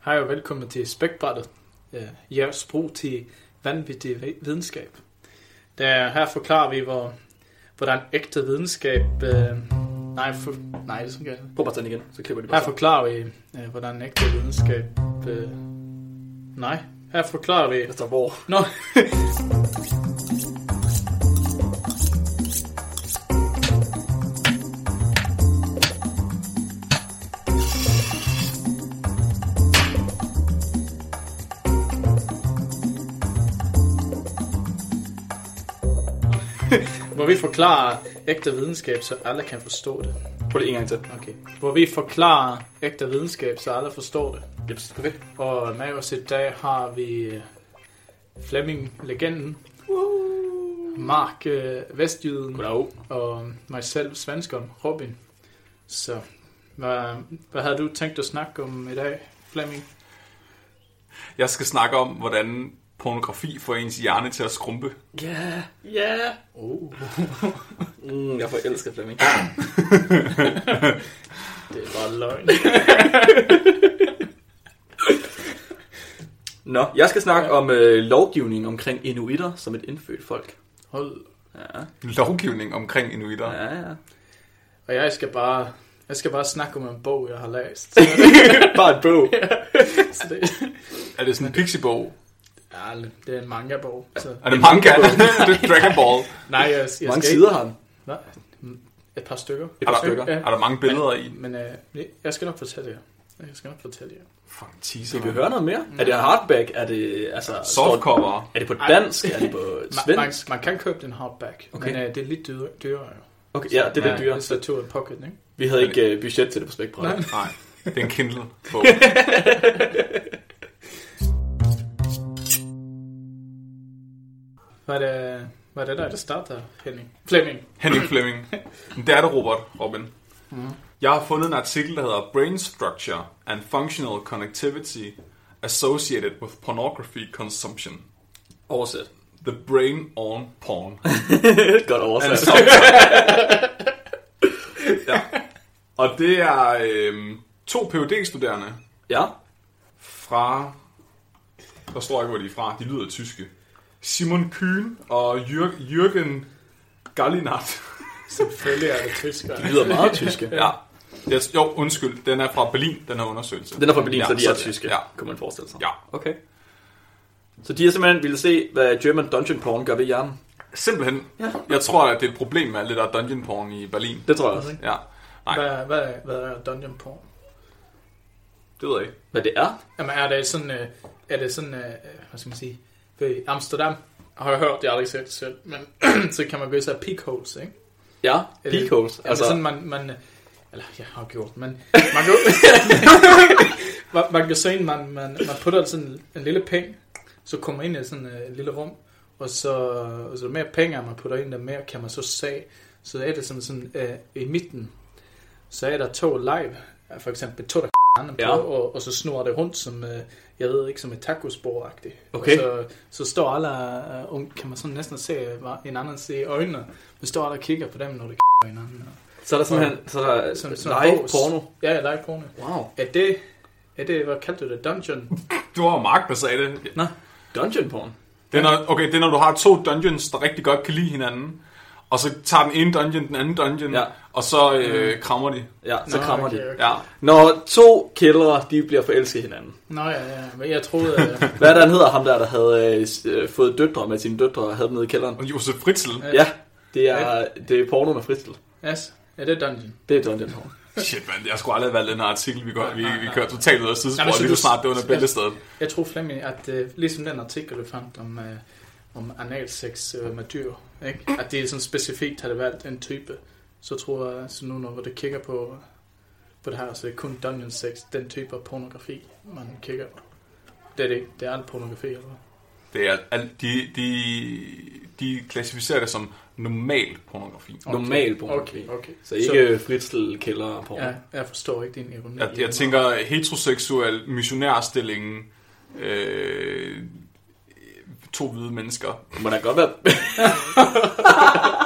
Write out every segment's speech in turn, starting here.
Hej og velkommen til Spækbrættet. Jeres brug til vanvittig videnskab. Her forklarer vi, hvordan ægte videnskab... Nej, det er sådan galt. Prøv bare den igen, så klipper de bare. Her forklarer vi, hvordan ægte videnskab... her forklarer vi... Der står hvor. Nå. Hvor vi forklarer ægte videnskab, så alle kan forstå det. Prøv det en gang til. Okay. Hvor vi forklarer ægte videnskab, så alle forstår det. Yep, okay. Og med os i dag har vi Flemming, legenden. Mark, vestjyden. Goddag. Og mig selv, svenskeren, Robin. Så hvad havde du tænkt at snakke om i dag, Flemming? Jeg skal snakke om, hvordan pornografi får ens hjerne til at skrumpe. Ja. Jeg forelsker Flemming. Det er bare løgn. Nå, jeg skal snakke om lovgivning omkring inuitter som et indfødt folk. Hold. Ja. Lovgivning omkring inuitter. Ja. Og jeg skal bare snakke om en bog, jeg har læst. Bare en bog. Så det... Er det sådan en pixie-bog? Ja, det er en manga-bog. Så... Er det manga? Det er Dragon Ball. Nej, jeg mange sider har den? Hvad? Et par stykker. Ja. Er der mange billeder i? Men jeg skal nok fortælle jer. Fuck, teaser. Skal vi høre noget mere? Er det hardback? Er det altså softcover? Er det på dansk? Er det på svensk? Man kan købe den hardback, okay. Men det er lidt dyrere jo. Okay, ja, det er lidt dyrere. Det er så pocket, ikke? Vi havde ikke budget til det på Spækbrættet. Nej, det er en Kindle-bog. Hvad er det der starter, Flemming? Henning Flemming. Det er det, Robin. Mm. Jeg har fundet en artikel, der hedder Brain Structure and Functional Connectivity Associated with Pornography Consumption. Oversæt. The Brain on Porn. Godt oversat. Ja. Og det er 2 PhD-studerende. Ja. Fra... Der står ikke, hvor de er fra. De lyder tyske. Simon Kühn og Jürgen Gallinat. Selvfølgelig er det tysker. De lyder meget tyske. Ja. Jo, undskyld. Den er fra Berlin, den her undersøgelse. Den er fra Berlin, ja, så de er tyske. Ja. Kunne man forestille sig. Ja. Okay. Så de har simpelthen ville se, hvad German Dungeon Porn gør ved hjernen? Simpelthen. Ja. Jeg tror, at det er et problem med alt det der dungeon porn i Berlin. Det tror jeg også, ikke? Ja. Nej. Hvad er dungeon porn? Det ved jeg ikke. Hvad det er? Jamen er det sådan, hvad skal man sige, ved Amsterdam, har jeg hørt, jeg har aldrig set det selv, men så kan man gå i sig peak holes, ikke? Ja, peak holes. Altså sådan man eller jeg har gjort, men man kan se en, man putter sådan en lille penge, så kommer ind i sådan et lille rum, og så mere penge man putter ind, der mere kan man så se. Så er det sådan i midten, så er der 2 live, for eksempel 2 der på, og så snurrer det rundt som, jeg ved ikke, som et tacosbord-agtigt. Okay. Og så står alle, kan man sådan næsten se hinanden se i øjnene, men står alle og kigger på dem, når det hinanden. Så er der simpelthen sådan live porno? Ja, live porno. Wow. Er det, hvad kaldte du det, dungeon? Du var Mark, der sagde det. Nå, dungeon porn? Det er, når du har 2 dungeons, der rigtig godt kan lide hinanden, og så tager den ene dungeon, den anden dungeon, og så krammer de. Ja, så krammer de. Ja. Når 2 killere, de bliver forelsket i hinanden. Nå ja, men jeg troede... Hvad er det, han hedder, ham der havde fået døtre med sine døtre og havde dem nede i kælderen? Og Josef Fritzl. Ja, det er porno med Fritzl. Yes, ja, det er dungeon. Det er dungeon porn. Shit, man, jeg skulle aldrig have valgt den her artikel, vi kører totalt ud af sidespor, lige så snart det under bæltestedet. Jeg tror, Flemming, at ligesom den artikel, du fandt om analsex med dyr, ikke? At det er sådan specifikt, har det valgt en type, så tror jeg, så nu når du kigger på det her, så er det kun dungeon sex, den type af pornografi, man kigger på. Det er det ikke, det er alt pornografi, eller hvad? Det er de klassificerer det som normal pornografi. Okay. Normal pornografi. Okay. Så ikke Fritzl kælder porno. Ja, jeg forstår ikke din ironi. Jeg tænker heteroseksuel missionærstilling, 2 hvide mennesker. Det må da godt være...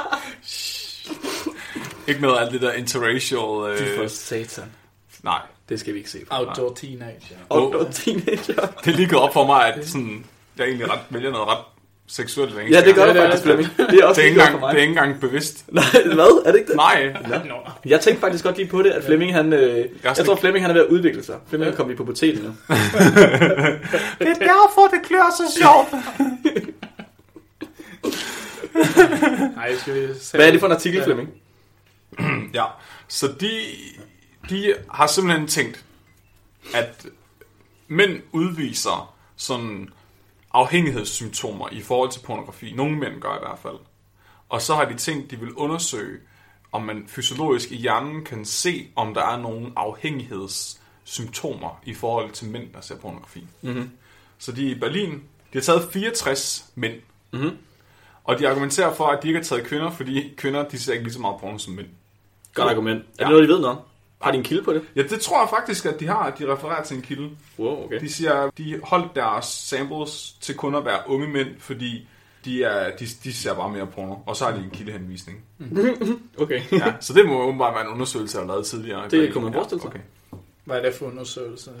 Ikke noget af alt det der interracial... Det er for satan. Nej, Det skal vi ikke se. Outdoor teenager. Outdoor teenager. Det er lige gået op for mig, at sådan, jeg egentlig vælger noget ret seksuelt. Ja, det gør det faktisk, Flemming. Det er også det er ikke engang bevidst. Nej, hvad? Er det ikke det? Nej. No. Jeg tænkte faktisk godt lige på det, at Flemming han... jeg tror, Flemming han er ved at udvikle sig. Flemming er kommet i puberteten nu. Det er derfor, det klør så sjovt. Nej, skal vi se. Hvad er det for en artikel, Flemming? Ja, så de har simpelthen tænkt, at mænd udviser sådan afhængighedssymptomer i forhold til pornografi. Nogle mænd gør i hvert fald. Og så har de tænkt, de vil undersøge, om man fysiologisk i hjernen kan se, om der er nogle afhængighedssymptomer i forhold til mænd, der ser pornografi. Mm-hmm. Så de i Berlin, de har taget 64 mænd. Mm-hmm. Og de argumenterer for, at de ikke har taget kvinder, fordi kvinder, de ser ikke lige så meget porno som mænd. Godt argument. Er det noget, de ved noget? Har de en kilde på det? Ja, det tror jeg faktisk, at de har. At de refererer til en kilde. Wow, okay. De siger, de holdt deres samples til kun at være unge mænd, fordi de ser bare mere porno. Og så har de en kildehenvisning. Okay. Ja, så det må åbenbart være en undersøgelse, der er lavet tidligere. Det kunne man forestille sig. Okay. Hvad er det for undersøgelse?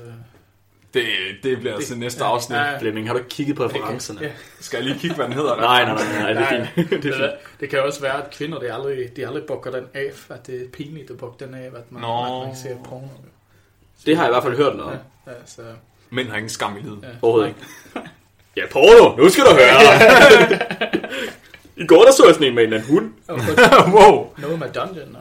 Det bliver altså næste afsnit. Ja. Flemming, har du kigget på referencerne? Ja. Skal jeg lige kigge, hvad den hedder? Nej, det er fint. Det er fint. Det kan også være, at kvinder, de aldrig bukker den af, at det er pinligt at bukke den af, at man ikke ser porno. Det har jeg i hvert fald hørt noget. Ja, så... Mænd har ingen skam i livet. Ja. Overhovedet ikke. Ja, porno! Nu skal du høre! I går der så jeg sådan en med en anden hund. Wow! Noget med dungeon.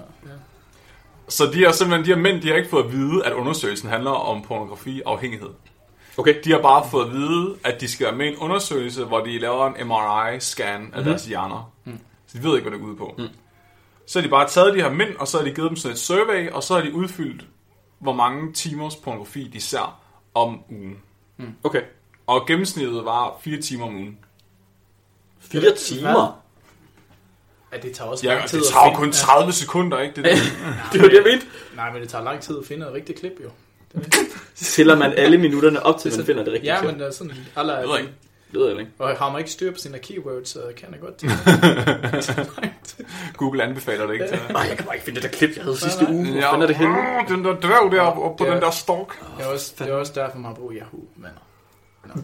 Så de her mænd, de har ikke fået at vide, at undersøgelsen handler om pornografi afhængighed. Okay. De har bare fået at vide, at de skal være med i en undersøgelse, hvor de laver en MRI-scan af deres hjerner. Så de ved ikke, hvad det går ud på. Så har de bare taget de her mænd, og så har de givet dem sådan et survey, og så har de udfyldt, hvor mange timers pornografi de ser om ugen. Okay. Og gennemsnittet var 4 timer om ugen. 4 timer? Ja, det tager også Ja, lang tid det tager jo kun 30 sekunder, ikke? Det var det, jeg mente. Nej, men det tager lang tid at finde et rigtigt klip, jo. Tæller man alle minutterne op til, man finder det rigtige klip? klip? Ja, men det er sådan... Alle er, ikke. Det ved jeg ikke. og har man ikke styr på sine keywords, så kan jeg godt til. Google anbefaler det ikke til. Nej, jeg kan bare ikke finde det der klip, jeg havde sidste uge. Hvor fanden er det henne? Den der dværg der oppe på den der stalk. Det er også derfor, man bruger Yahoo, venner. No.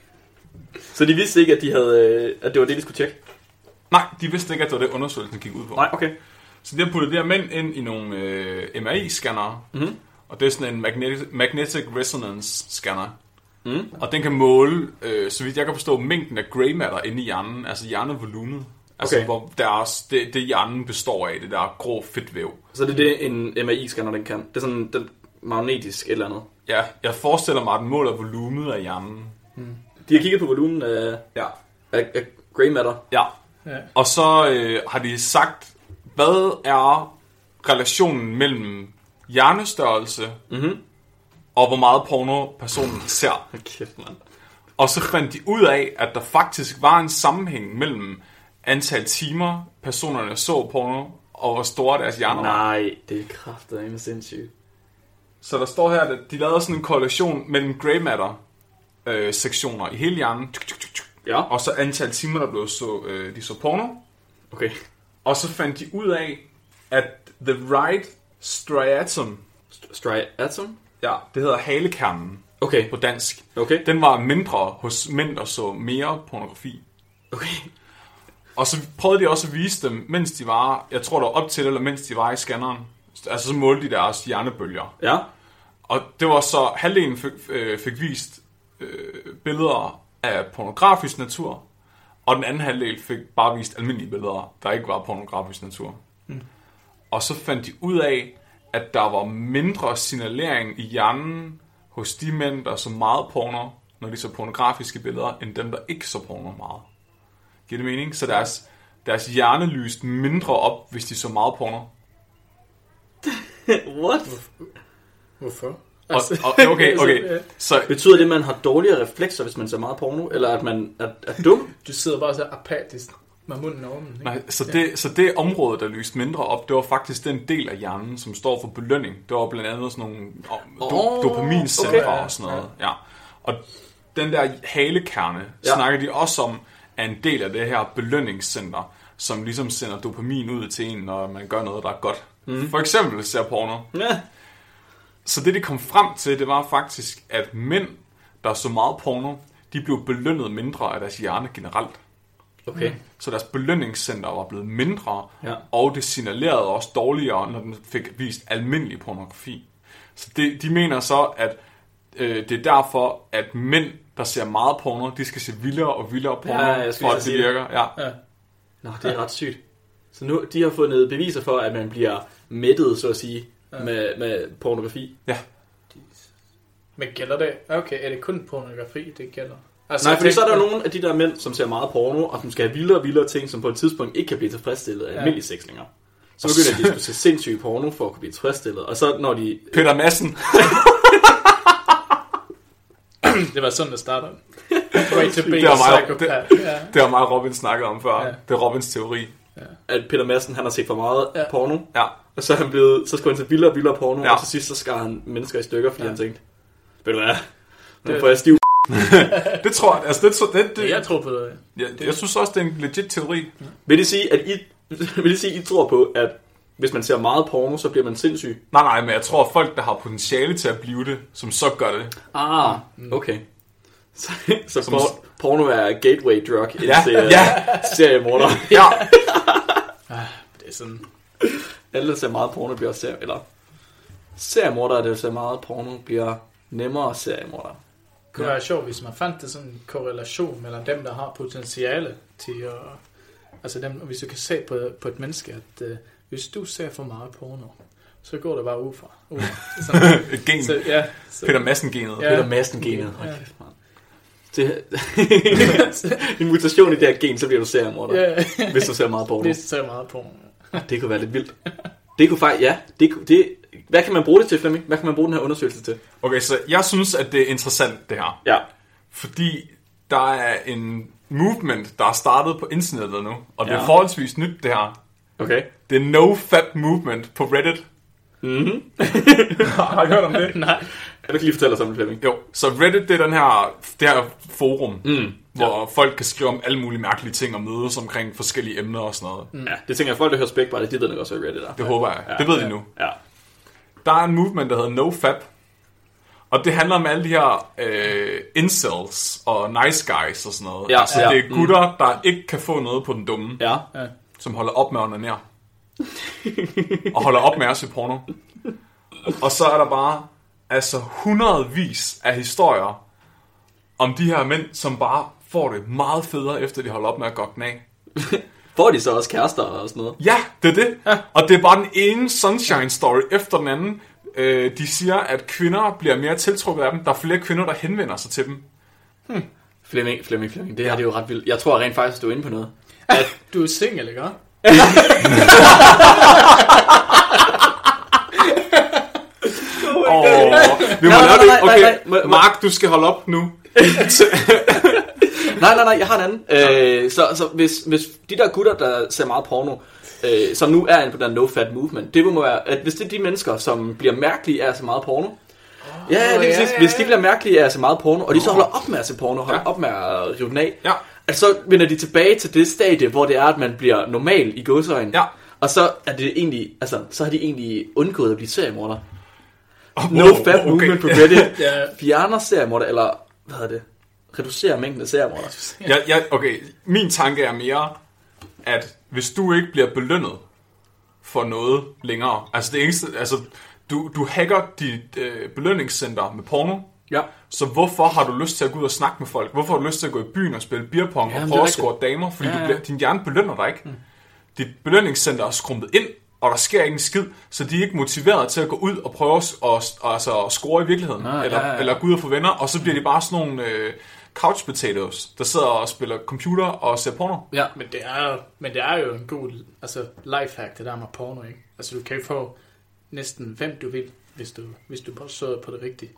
Så de vidste ikke, at at det var det, de skulle tjekke? Nej, de vidste ikke, at det var det, undersøgelsen gik ud på. Nej, okay. Så de har puttet de her mænd ind i nogle MRI-scannere. Mm-hmm. Og det er sådan en magnetic resonance scanner. Mm. Og den kan måle, så vidt jeg kan forstå, mængden af grey matter inde i hjernen, altså hjernevolumet. Altså okay. Hvor det hjernen består af, det der grå fedtvæv. Så det er det, en MRI-scanner den kan? Det er sådan den magnetisk et eller andet? Ja, jeg forestiller mig, at den måler volumet af hjernen. Mm. De har kigget på volumen af grey matter? Ja. Og så har de sagt, hvad er relationen mellem hjernestørrelse og hvor meget porno personen ser. Kæft, man. Og så fandt de ud af, at der faktisk var en sammenhæng mellem antal timer, personerne så porno, og hvor store deres hjerner var. Nej, det er kraftedeme sindssygt. Så der står her, at de lavede sådan en korrelation mellem grey matter sektioner i hele hjernen. Ja. Og så antal timer, der blev de så porno. Okay. Og så fandt de ud af, at the right striatum. Striatum? Ja, det hedder halekernen. Okay. På dansk. Okay. Den var mindre hos mænd, der så mere pornografi. Okay. Og så prøvede de også at vise dem, mens de var, jeg tror der var op til, eller mens de var i scanneren. Altså så målte de deres hjernebølger. Ja. Og det var så, halvdelen fik vist billeder af pornografisk natur, og den anden halvdel fik bare vist almindelige billeder, der ikke var pornografisk natur. Og så fandt de ud af, at der var mindre signalering i hjernen hos de mænd, der så meget porno, når de så pornografiske billeder, end dem, der ikke så porno meget. Giver det mening? Så deres hjerne lyste mindre op, hvis de så meget porno. What? Hvorfor? Okay. Så betyder det, at man har dårligere reflekser, hvis man ser meget porno? Eller at man er dum? Du sidder bare så apatisk med munden over den. Nej, så det område, der lyste mindre op, det var faktisk den del af hjernen, som står for belønning. Det var blandt andet sådan nogle dopamincentre og sådan noget. Ja. Og den der halekerne snakker de også om, er en del af det her belønningscenter, som ligesom sender dopamin ud til en, når man gør noget, der er godt. For eksempel ser porno. Ja. Så det, de kom frem til, det var faktisk, at mænd, der så meget porno, de blev belønnet mindre af deres hjerne generelt. Okay. Så deres belønningscenter var blevet mindre, Ja. og det signalerede også dårligere, når den fik vist almindelig pornografi. Så de mener så, at det er derfor, at mænd, der ser meget porno, de skal se vildere og vildere porno, for at det virker. Ja. Nå, det er ret sygt. Så nu, de har fundet beviser for, at man bliver mættet, så at sige, med pornografi. Ja. Men gælder det? Okay, er det kun pornografi, det gælder? Altså, Nej, fordi så er der jo nogle af de der mænd, som ser meget porno, og som skal have vildere og vildere ting, som på et tidspunkt ikke kan blive tilfredsstillet af almindelige sexlinger. Så begynder de at skulle se sindssyge porno for at kunne blive tilfredsstillet. Og så når de... Peter Madsen. Det var sådan, det startede. Way to be Det var a meget, psychopath. det var meget Robin snakkede om før. Ja. Det er Robins teori. At Peter Madsen, han har set for meget porno. Ja. Og så er han blevet... Så skulle han se vildere og vildere porno, og til sidst så skar han mennesker i stykker, fordi han tænkte... Ved du hvad? Nu får jeg stiv... Det tror jeg, altså det Jeg tror på det. jeg synes også, det er en legit teori. Vil det sige, at I tror på, at hvis man ser meget porno, så bliver man sindssyg? Nej, men jeg tror, at folk, der har potentiale til at blive det, som så gør det. Okay. Så porno er gateway drug ind til seriemorder. Ja. Det er sådan... Alle, der ser meget porno, bliver også seriemorder, der ser meget porno, bliver nemmere seriemorder. Det kunne være sjovt, hvis man fandt det sådan en korrelation mellem dem, der har potentiale til at... Altså dem, hvis du kan se på et menneske, at hvis du ser for meget porno, så går det bare ud fra. Et gen. Så, Peter Madsen-genet. Ja. Peter Madsen-genet. En mutation i det her gen, så bliver du seriemorder. Hvis du ser meget porno. Hvis du ser meget porno. Det kunne være lidt vildt. Det kunne faktisk, hvad kan man bruge det til, Flemming? Hvad kan man bruge den her undersøgelse til? Okay, så jeg synes, at det er interessant, det her. Ja. Fordi der er en movement, der er startet på internettet nu. Og det er forholdsvis nyt, det her. Okay. Det er NoFap Movement på Reddit. Mhm. Har I hørt om det? Nej. Kan du ikke lige fortælle os om det, Flemming? Jo, så Reddit, det er det her forum, hvor folk kan skrive om alle mulige mærkelige ting og mødes omkring forskellige emner og sådan noget. Ja, det tænker jeg, folk, der hører Spækbræt, de ved nok også, hvad Reddit er. Det håber jeg. Ja, det ved de nu. Ja. Der er en movement, der hedder NoFap. Og det handler om alle de her incels og nice guys og sådan noget. Ja, altså, det er gutter, der ikke kan få noget på den dumme. Ja. Som holder op med at onanere. Og holder op med at se porno. Og så er der bare hundredvis af historier om de her mænd, som bare får det meget federe, efter de holder op med at gokke af. Får de så også kærester og sådan noget? Ja, det er det. Ja. Og det er bare den ene sunshine story efter den anden. De siger, at kvinder bliver mere tiltrukket af dem. Der er flere kvinder, der henvender sig til dem. Flemming. Det her det er jo ret vildt. Jeg tror rent faktisk, du er inde på noget. Du er single, ikke? Vi må lave det. Okay, Mark, du skal holde op nu. Nej, jeg har en anden. Så hvis de der gutter, der ser meget porno, som nu er inde på den no-fat movement, det må være, at hvis det er de mennesker, som bliver mærkelige af at se meget porno, hvis de bliver mærkelige af at se meget porno, og de så holder op med at se porno, holder op med at rive den af, så vender de tilbage til det stadie, hvor det er, at man bliver normal i gåseøjne. Ja. Og så er det egentlig, så har de egentlig undgået at blive seriemorder. No-fat movement på Reddit fjerner seriemorder, eller hvad hedder det? Reducerer mængden af seriemorder. Okay, min tanke er mere, at hvis du ikke bliver belønnet for noget længere, altså det eneste, du hacker dit belønningscenter med porno, så hvorfor har du lyst til at gå ud og snakke med folk? Hvorfor har du lyst til at gå i byen og spille beerpong og prøve at score damer? Fordi din hjerne belønner dig ikke. Dit belønningscenter er skrumpet ind, og der sker ikke en skid, så de er ikke motiveret til at gå ud og prøve at score i virkeligheden, eller gå ud og få venner, og så bliver de bare sådan nogle couch potatoes, der sidder og spiller computer og ser porno. Ja, men det er jo en god lifehack, det der med porno, ikke? Altså du kan få næsten hvem du vil, hvis du bare søger på det rigtige.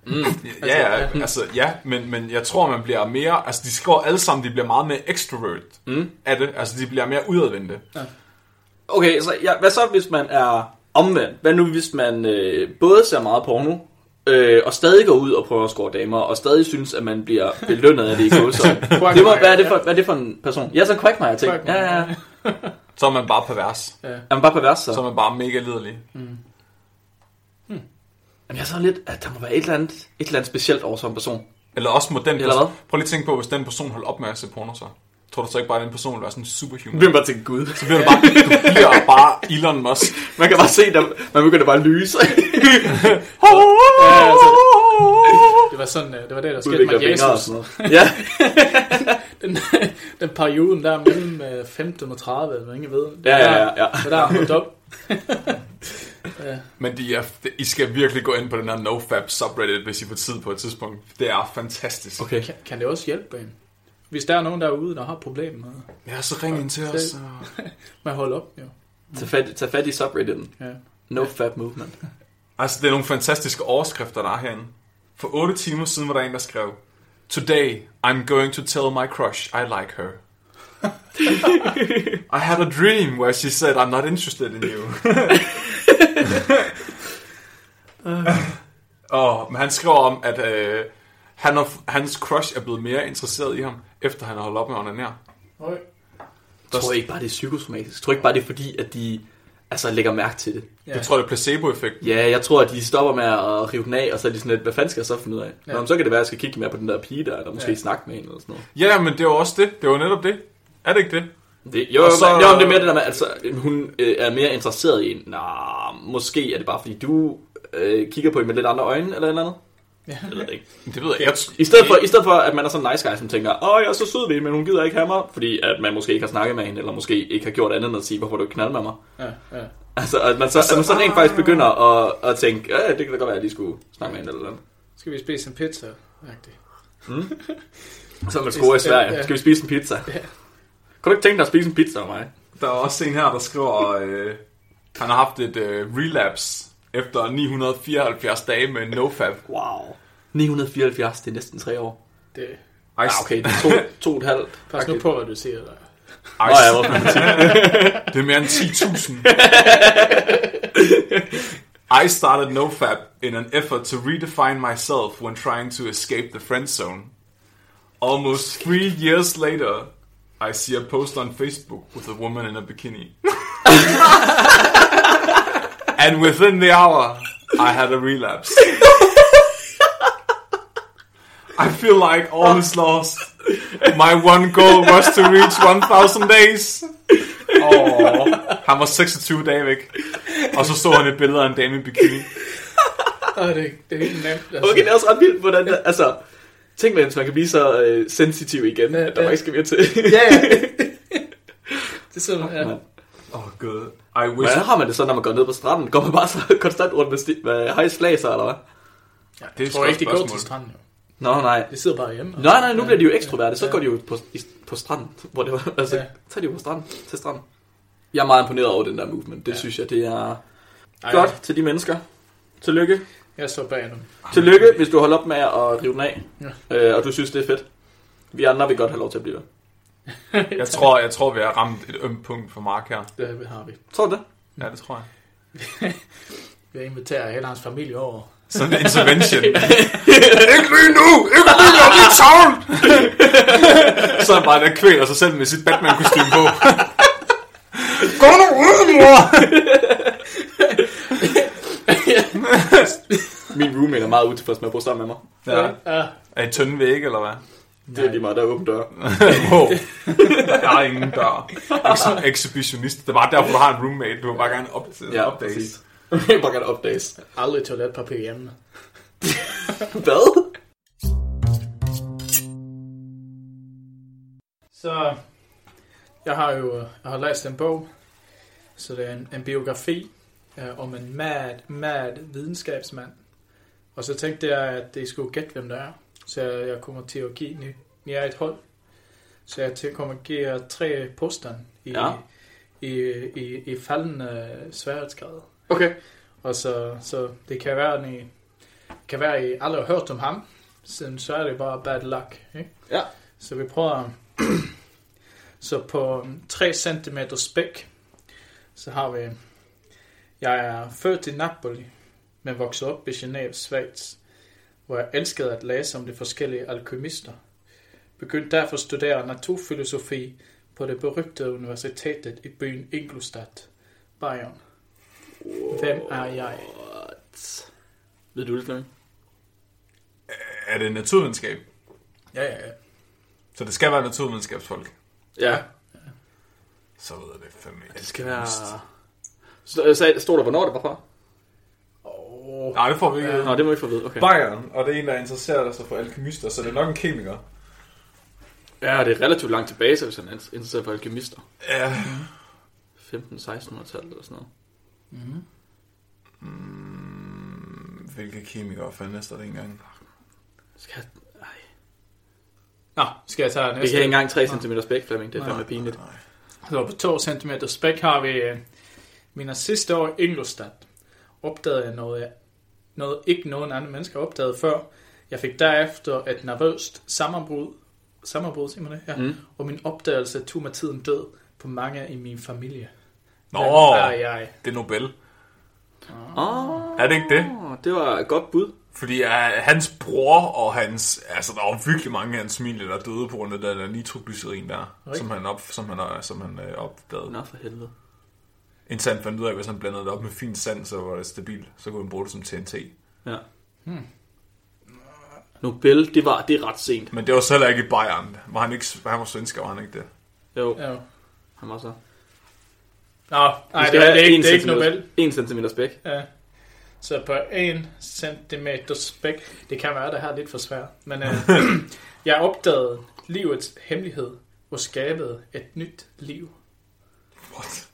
Men jeg tror, man bliver mere, de skriver alle sammen, de bliver meget mere extrovert af det, de bliver mere udadvendte. Ja. Okay, så hvad så, hvis man er omvendt? Hvad nu, hvis man både ser meget porno, og stadig går ud og prøver at score damer, og stadig synes, at man bliver belønnet af det i gåsøjne? Hvad er det for en person? Ja, så Quagmire ting. Ja. Så er man bare pervers. Er man bare pervers, så? Så er man bare mega liderlig. Men jeg er så lidt, at der må være et eller andet specielt over sådan en person. Eller også må den Eller hvad? Prøv lige at tænke på, hvis den person holder op med at se porno, så tror du så ikke bare, at den person vil være sådan superhuman? Du bliver bare til Gud. Så bliver du bliver bare Elon Musk. Man kan bare se, at man begynder bare at lyse. Det var sådan, det var det, der skete med Jesus. Ja. den perioden der mellem 15 og 30, eller ingen ved. Ja. Det der er holdt op. Men I skal virkelig gå ind på den her NoFap subreddit, hvis I får tid på et tidspunkt. Det er fantastisk. Okay. Kan det også hjælpe en? Hvis der er nogen derude, der har problemer med Ja, så ring ind til os. med at holde op, jo. Tag fat i subredditen. Ja. NoFap movement. Altså, det er nogle fantastiske overskrifter, der er herinde. For 8 timer siden var der en, der skrev: Today, I'm going to tell my crush I like her. I had a dream where she said, I'm not interested in you. Men han skriver om, at hans crush er blevet mere interesseret i ham, efter han har holdt op med at onanere. Okay. Jeg tror ikke bare, det er psykosomatisk. Jeg tror ikke bare, det er fordi, at de lægger mærke til det. Ja. Jeg tror, det er placebo-effekt. Ja, jeg tror, at de stopper med at rive den af, og så er de sådan lidt, hvad fanden skal jeg så finde ud af? Ja. Nå, så kan det være, at jeg skal kigge mere på den der pige der, eller måske snakke med hende eller sådan noget. Ja, men det er jo også det. Det var netop det. Er det ikke det? Det det er mere det der med, altså, hun er mere interesseret i en. Nå, måske er det bare fordi, du kigger på hende med lidt andre øjne, eller andet. Ja. Jeg ved det ikke. Det ved jeg. I stedet for, at man er sådan en nice guy, som tænker, jeg er så sød ved hende, men hun gider ikke have mig, fordi at man måske ikke har snakket med hende, eller måske ikke har gjort andet end at sige, hvorfor du ikke knalder med mig. Ja. Altså, at man så rent faktisk begynder at tænke, det kan da godt være, at jeg lige skulle snakke med hende eller andet. Skal vi spise en pizza? Så er man score i Sverige. Ja. Skal vi spise en pizza? Ja. Kan du ikke tænke dig at spise en pizza med mig? Der er også en her, der skriver, han har haft et relapse efter 974 dage med NoFap. Wow. 974, det er næsten 3 år. Det... okay, det er 2,5. Pas nu på, hvad du siger der. Det er mere end 10.000. I started NoFap in an effort to redefine myself when trying to escape the friend zone. Almost 3 years later, I see a post on Facebook with a woman in a bikini. And within the hour, I had a relapse. I feel like all is lost. My one goal was to reach 1,000 days. Han var 26 dage væk. Og så stod han et billede af en dame i bikini. Det er helt nemt. Altså. Okay, det er også ret vildt, hvordan det, altså, tænk med, hvis man kan blive så sensitiv igen, at der faktisk skal mere til. Ja. Det er sådan, ja. Gud. I wish. Hvordan har man det så, når man går ned på stranden? Går man bare så konstant rundt med hejsflaser, eller hvad? Ja, det jeg tror ikke, de går til stranden, jo. Nå, nej. De sidder bare hjemme. Nej, nu bliver de jo ekstroverte. Så går de jo på stranden, hvor det var, altså, så er de jo på stranden, til stranden. Jeg er meget imponeret over den der movement. Det synes jeg, det er godt til de mennesker. Tillykke. Jeg står bag dem. Tillykke, hvis du holder op med at rive den af, ja. Og du synes, det er fedt. Vi andre vil godt have lov til at blive der. Jeg tror, vi har ramt et ømt punkt for Mark her. Det har vi. Tror du det? Ja, det tror jeg. Vi har inviteret hele hans familie over. Sådan en intervention. Ikke lige nu! Ikke lige nu! Det er tavlen! Så er han bare der kvæler sig selv med sit Batman-kostyme på. Gå nu ud, mor! Min roommate er meget utilfreds med at bo sammen med mig. Ja. Er I tynde væg, eller hvad? Det er lige meget, der er åben dør. Der er ingen dør. Exhibitionist. Det er bare derfor, du har en roommate. Du vil bare gerne opdages. Jeg vil bare gerne opdages. Aldrig toiletpapir hjemme. Hvad? Så jeg har læst en bog. Så det er en biografi om en mad videnskabsmand. Og så tænkte jeg, at det skulle gætte, hvem der er. Så jeg kommer til at give jer et hold. Så jeg kommer at give jer 3 påstande i faldende sværhedsgrad. Okay. Og så det kan være, at I aldrig har hørt om ham. Så er det bare bad luck. Ikke? Ja. Så vi prøver. Så på 3 cm spæk, så har vi: jeg er født i Napoli, men voksede op i Genève, Schweiz, hvor jeg elskede at læse om de forskellige alkymister. Begyndte derfor at studere naturfilosofi på det berygtede universitetet i byen Ingolstadt, Bayern. Hvem er jeg? Ved du det, Flemming? Er det naturvidenskab? Ja. Så det skal være naturvidenskabsfolk? Ja. Så ved jeg det fandme. Det skal være... Stod der, hvornår det var fra? Nej, det får vi ikke. Nå, det må vi få ved. Okay. Bayern, og det er en, der interesserer sig for alkymister, så det er nok en kemiker. Ja, det er relativt langt tilbage, så hvis han er interesseret for alkymister. Ja. 1500-1600-tallet eller sådan noget. Hvilke kemikere fandtes der det engang? Skal jeg tage næste? Vi kan ikke engang 3 cm spæk, Flemming. Det er fandme pinligt. Så på 2 cm spæk har vi mine sidste år i Ingolstadt. Opdagede jeg noget ikke nogen andre mennesker opdagede før. Jeg fik derefter et nervøst sammenbrud, siger man det? Ja. Og min opdagelse tog mig tiden død på mange i min familie. Nå, det er Nobel. Er det ikke det? Det var et godt bud. Fordi hans bror og hans... Altså, der var virkelig mange af hans familie, der døde på grund af den der nitroglycerin der, som han opdagede. Nå, for helvede. Indtil han fandt ud af, hvis han blandede det op med fin sand, så var det stabilt. Så kunne han bruge det som TNT. Ja. Nobel, det er ret sent. Men det var så heller ikke i Bayern. Han var svensker, var han ikke det? Jo. Han var så. Nå, nej, det er ikke Nobel. 1 cm spæk. Ja. Så på 1 centimeter spæk, det kan være, det her lidt for svært. Men jeg opdagede livets hemmelighed og skabede et nyt liv. What?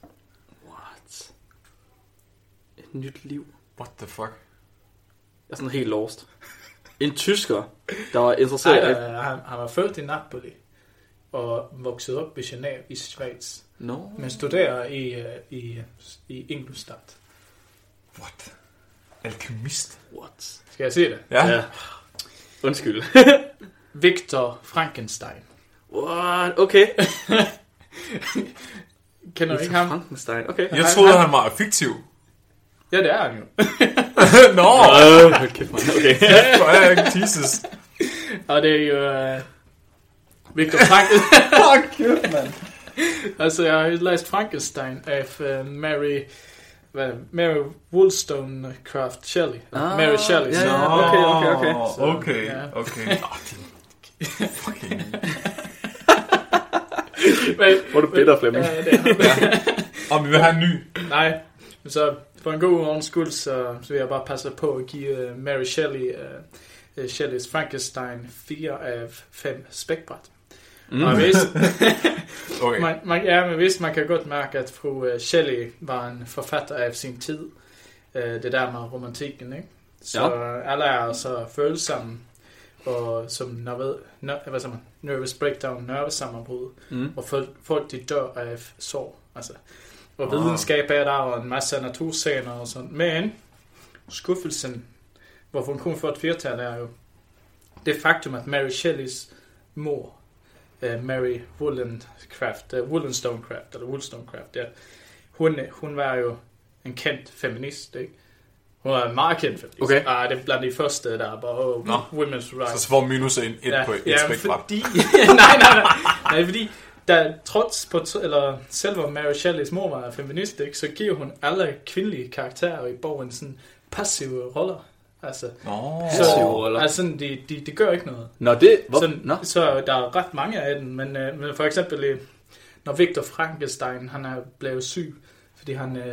Et nyt liv? What the fuck? Jeg er sådan helt lost. En tysker, der var interesseret... Han var født i Napoli og voksede op i Genève i Schweiz. No. Men studerer i Ingolstadt. What? Alkymist? What? Skal jeg sige det? Ja. Undskyld. Victor Frankenstein. What? Okay. Kender du ikke ham? Frankenstein, okay. Jeg troede, han var fiktiv. Ja, det er han jo. Nå! Okay. Jesus. Og det er jo Victor Frankenstein. Fuck, man. Altså, jeg har læst Frankenstein af Mary Wollstonecraft Shelley. Mary Shelley. Ja, okay. Fucking... Hvor er du bitter, Flemming? Ja, det er. Og vi vil have en ny. Nej, så for en god ordens skyld, så vil jeg bare passe på at give Mary Shelley Shelleys Frankenstein 4 af 5 spækbræt. Og hvis man kan godt mærke, at fru Shelley var en forfatter af sin tid. Det der med romantikken, ikke? Så alle er så følsomme, og som nervous breakdown, nervesammenbrud, og folk de dør af sorg. Altså. Og videnskab er der, og en masse naturscener og sådan. Men skuffelsen, hvorfor hun kun får et flertal, er jo det faktum, at Mary Shelleys mor, Mary Wollstonecraft, ja. Hun var jo en kendt feminist, ikke? Hun var en meget kendt feminist. Okay. Det er blandt de første, der var women's rights. Så får minus en på et spækbræt. Fordi... nej, fordi selvom Mary Shelleys mor var feminist, ikke, så giver hun alle kvindelige karakterer i bogen sådan passive roller. Altså, de gør ikke noget. Så der er ret mange af dem, men for eksempel når Victor Frankenstein han er blevet syg, fordi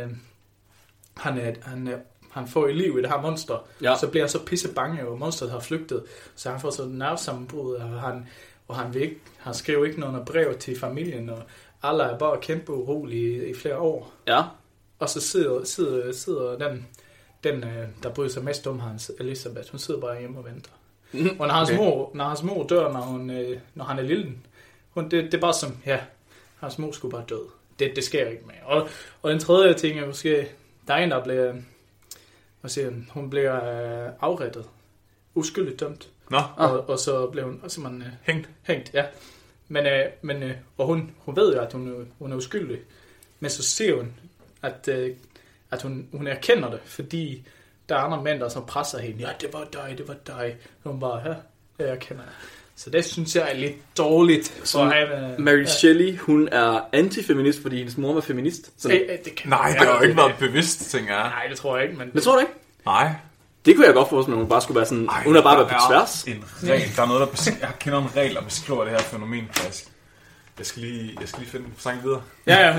han får i liv i det her monster, så bliver han så pisse bange, og monsteret har flygtet, så han får så nervesammenbrud, og han skriver ikke noget brev til familien, og alle er bare kæmpe urolige i flere år. Ja. Og så sidder den der bryder sig mest om hans Elisabeth, hun sidder bare hjemme og venter. Og når hans mor dør, når han er lille, det er bare som, hans mor skulle bare dø. Det sker ikke mere. Og den tredje ting er måske, der er en, der bliver, hun bliver afrettet, uskyldigt dømt. Og så blev hun simpelthen hængt, ja. Men og hun ved jo, at hun er uskyldig. Men så ser hun, at hun erkender det, fordi der er andre mænd, der så presser hende. Ja, det var dig. Hun bare, jeg erkender det. Så det synes jeg er lidt dårligt. Mary Shelley, hun er antifeminist, fordi hendes mor var feminist. Nej, det har jo ikke været bevidst, tænker jeg. Nej, det tror jeg ikke. Men det tror du ikke? Nej. Det kunne jeg godt forestille mig, hun bare skulle være sådan... Hun har bare været på tværs. En regel. Der er noget, jeg kender en regel, der beskriver det her fænomen, faktisk. Jeg skal lige finde sangen videre. Ja.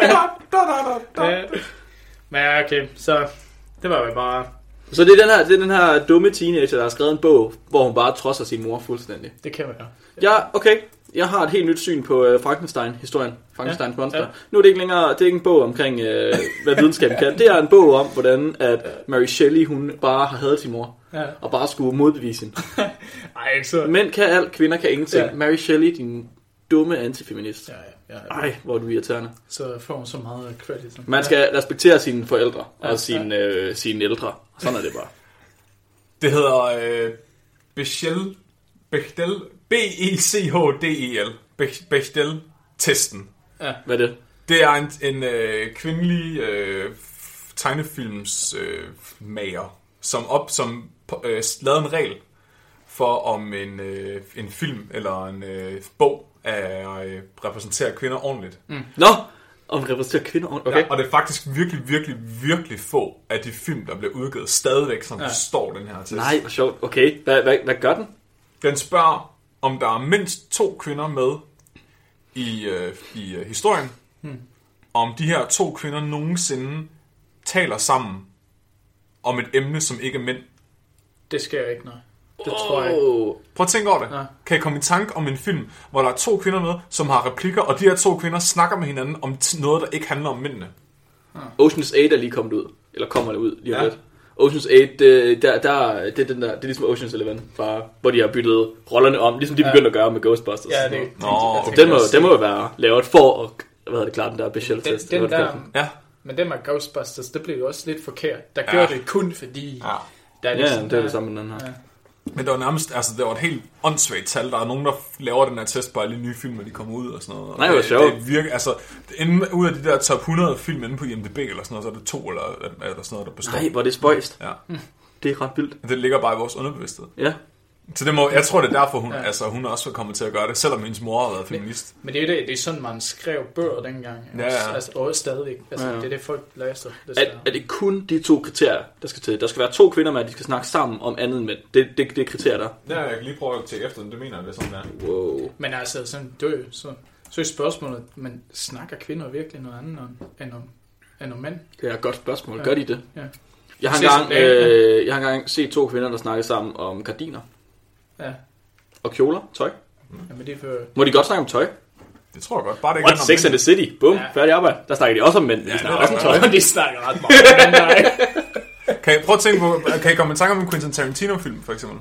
Men okay, så det var jo bare... Så det er den her dumme teenager, der har skrevet en bog, hvor hun bare trodser sin mor fuldstændig. Det kan være. Ja, okay. Jeg har et helt nyt syn på Frankenstein-historien. Frankensteins monster. Ja. Nu er det ikke længere, det er ikke en bog omkring, hvad videnskaben kan. Det er en bog om, hvordan at Mary Shelley, hun bare har hadet sin mor. Ja. Og bare skulle modbevise hende. Ej, ikke så... Mænd kan alt, kvinder kan ingenting. Ja. Mary Shelley, din dumme antifeminist. Ja. Ej, hvor er du irriterende. Så får hun så meget credit. Man skal respektere sine forældre og sine ældre. Sådan er det bare. Det hedder Bechdel, B-E-C-H-D-E-L. Bechdel-testen. Ja. Hvad er det? Det er en kvindelig tegnefilmsmager, som lavede en regel for, om en film eller en bog repræsenterer kvinder ordentligt. Nå, om repræsenterer kvinder ordentligt. Okay. Ja, og det er faktisk virkelig, virkelig, virkelig få af de film, der bliver udgivet stadigvæk, som står den her test. Nej, hvor sjovt. Okay, hvad gør den? Den spørger, om der er mindst 2 kvinder med i historien, og om de her 2 kvinder nogensinde taler sammen om et emne, som ikke er mænd. Det sker ikke, nej. Det tror jeg ikke. Prøv at tænke over det. Ja. Kan I komme i tanke om en film, hvor der er 2 kvinder med, som har replikker, og de her 2 kvinder snakker med hinanden om noget, der ikke handler om mændene? Ocean's 8 er lige kommet ud. Eller kommer det ud lige om lidt. Ocean's 8, det er ligesom Ocean's 11, bare, hvor de har byttet rollerne om, ligesom de begyndte at gøre med Ghostbusters. Ja, det Den må jo være lavet for at klare den der Bechdel-test. Den der, men det med Ghostbusters, det blev jo også lidt forkert. Der gjorde det kun fordi... Der er det er det samme med den her. Ja. Men det var nærmest, altså det var et helt åndssvagt tal. Der er nogen, der laver den her test på alle nye film, når de kommer ud og sådan noget. Nej, det var sjovt. Det virker, altså, ud af de der top 100 film inde på IMDb eller sådan noget, så er det 2 eller sådan noget, der består. Nej, hvor det spøjst. Ja. Det er ret vildt. Det ligger bare i vores underbevidsthed. Ja. Så jeg tror, det er derfor, hun også kommer til at gøre det, selvom hendes mor har været feminist. Men det er jo det er sådan, man skrev bøger dengang. Ja. Altså, og stadigvæk. Altså, det er det, folk læser. Er det kun de 2 kriterier, der skal til? Der skal være 2 kvinder med, at de skal snakke sammen om andet end mænd. Det er kriterier der. Ja, jeg kan lige prøve at tjekke efter den. Det mener jeg, det er sådan der. Wow. Men altså, sådan, så er spørgsmålet, men snakker kvinder virkelig noget andet end om mænd? Det er et godt spørgsmål. Gør de det? Ja. Jeg har engang set 2 kvinder, der snakkede sammen om gardiner. Ja. Og kjoler, tøj. Jamen, det er for... Må de godt snakke om tøj? Det tror jeg godt. Bare det ikke What? Sex and the City. Bum, færdig arbejde. Der snakker de også om mænd. De snakker også om tøj. De snakker ret meget. Kan I prøve at tænke på, kan I komme i tanke om en Quentin Tarantino-film, for eksempel?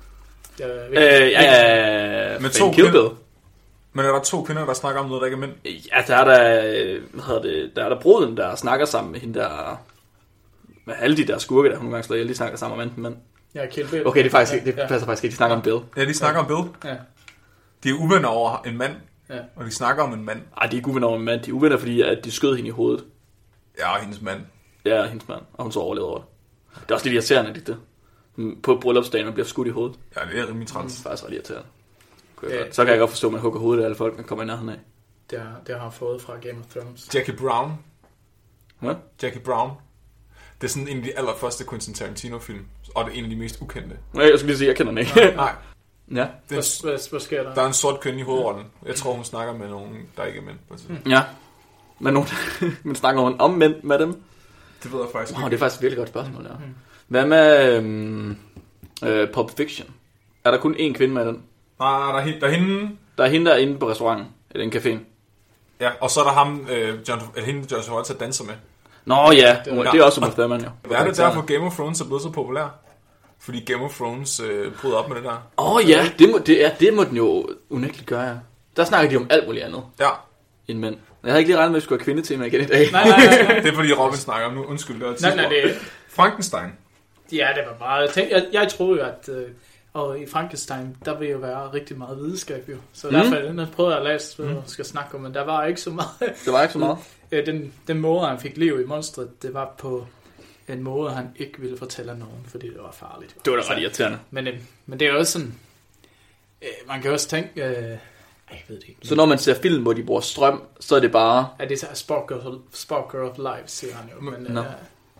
Med 2 kvinder. Men er der 2 kvinder, der snakker om noget, der ikke er mænd? Ja, der er der bruden, der snakker sammen med hende der... Med alle de der skurke, der nogle gange slår ihjel, de snakker sammen om mænd. Ja, Kill Bill. Okay, det passer faktisk ikke. De snakker om Bill. Ja, de snakker om Bill. Ja. De er uvenner over en mand, ja. Og de snakker om en mand. Ej, de er ikke uvenner over en mand. De er uvenner, fordi at de skød hende i hovedet. Ja, hendes mand. Ja, hendes mand. Og hun så overlevede over det. Det er også lidt irriterende, det. På bryllupsdagen, man bliver skudt i hovedet. Ja, det er rimelig træls. Det er faktisk ret irriterende. Så kan jeg godt forstå, at man hugger hovedet af alle folk, man kommer i nærheden af. Det har jeg fået fra Game of Thrones. Jackie Brown. Hvad? Jackie Brown. Det er sådan en af de allerførste Quentin Tarantino-film, og det er en af de mest ukendte. Nej, jeg skulle lige sige, jeg kender den ikke. Nej. Ja. Hvad sker der? Der er en sort kvinde i hovedrollen. Jeg tror, hun snakker med nogen, der ikke er mænd. Ja. Men nogen, man snakker om mænd med dem? Det ved jeg faktisk ikke. Det er faktisk et virkelig godt spørgsmål, ja. Hvad med Pulp Fiction? Er der kun én kvinde med den? Nej, der er hende. Der er hende der inde på restauranten, eller en café. Ja, og så er der ham, hende John Travolta danser med. Nå ja, det er også Uma Thurman, jo. Hvad er det derfor Game of Thrones er blevet så populær? Fordi Game of Thrones bryder op med det der. Ja, det må den jo unægteligt gøre, ja. Der snakker de om alt muligt andet. Ja. End mænd. Jeg havde ikke lige regnet med, at vi skulle have kvindetema igen i dag. Nej. Det er fordi Robin snakker om nu. Undskyld, det var Nej, det er... Frankenstein. Ja, det var bare... Jeg troede jo, at... Og i Frankenstein, der vil jo være rigtig meget videnskab, jo. Så derfor prøvede jeg at læse, hvad jeg skal snakke om, men der var ikke så meget. Det var ikke så meget? Den måde, han fik liv i monstret, det var på en måde, han ikke ville fortælle nogen, fordi det var farligt. Det var da ret irriterende. Men det er også sådan... man kan også tænke... jeg ved det ikke. Så når man ser film, hvor de bruger strøm, så er det bare... Ja, det er Spark of Life, siger han jo. Men,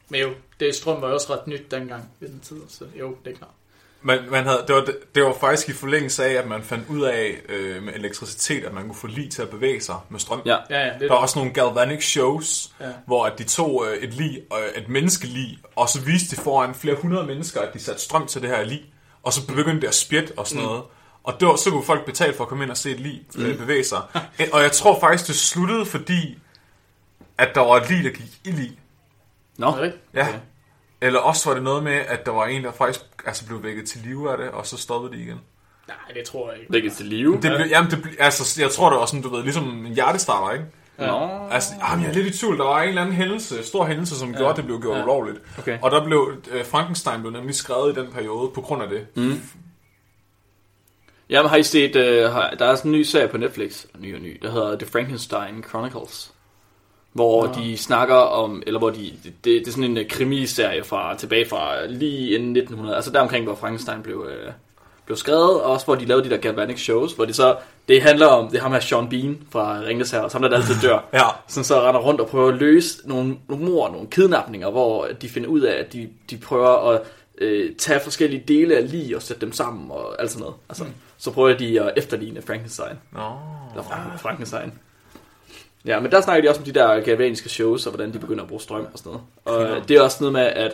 Men jo, det strøm var også ret nyt dengang ved den tid, så jo, det er klart. Det var faktisk i forlængelse af, at man fandt ud af med elektricitet, at man kunne få lig til at bevæge sig med strøm. Ja. Der var også nogle galvanic shows, hvor at de tog et menneskelig, og så viste de foran flere hundrede mennesker, at de satte strøm til det her lig, og så begyndte det at spjætte og sådan noget. Og så kunne folk betale for at komme ind og se et lig bevæge sig. Og jeg tror faktisk, det sluttede, fordi at der var et lig, der gik i lig. Nå. Ja. Eller også var det noget med, at der var en, der faktisk blev vækket til live af det, og så stoppede det igen. Nej, det tror jeg ikke. Vækket til live? Jeg tror, det var sådan, du ved, ligesom en hjertestarter, ikke? Ja. Altså, jeg er lidt i tvivl. Der var en eller anden stor hændelse, som gjorde, at det blev gjort ulovligt. Okay. Og der blev Frankenstein blev nemlig skrevet i den periode på grund af det. Jamen, har I set, der er sådan en ny serie på Netflix, ny, der hedder The Frankenstein Chronicles, hvor de snakker om, eller hvor det er sådan en krimiserie tilbage fra lige inden 1900, altså der omkring, hvor Frankenstein blev skrevet, og også hvor de lavede de der galvanic shows, hvor det handler om, det er ham her Sean Bean fra Ringenes Herre, som der altid dør, som så render rundt og prøver at løse nogle mord, nogle kidnapninger, hvor de finder ud af, at de prøver at tage forskellige dele af lig og sætte dem sammen og alt sådan noget. Altså, så prøver de at efterligne Frankenstein. Eller Frankenstein. Ja, men der snakker de også om de der galvaniske shows, og hvordan de begynder at bruge strøm og sådan noget. Og det er også noget med, at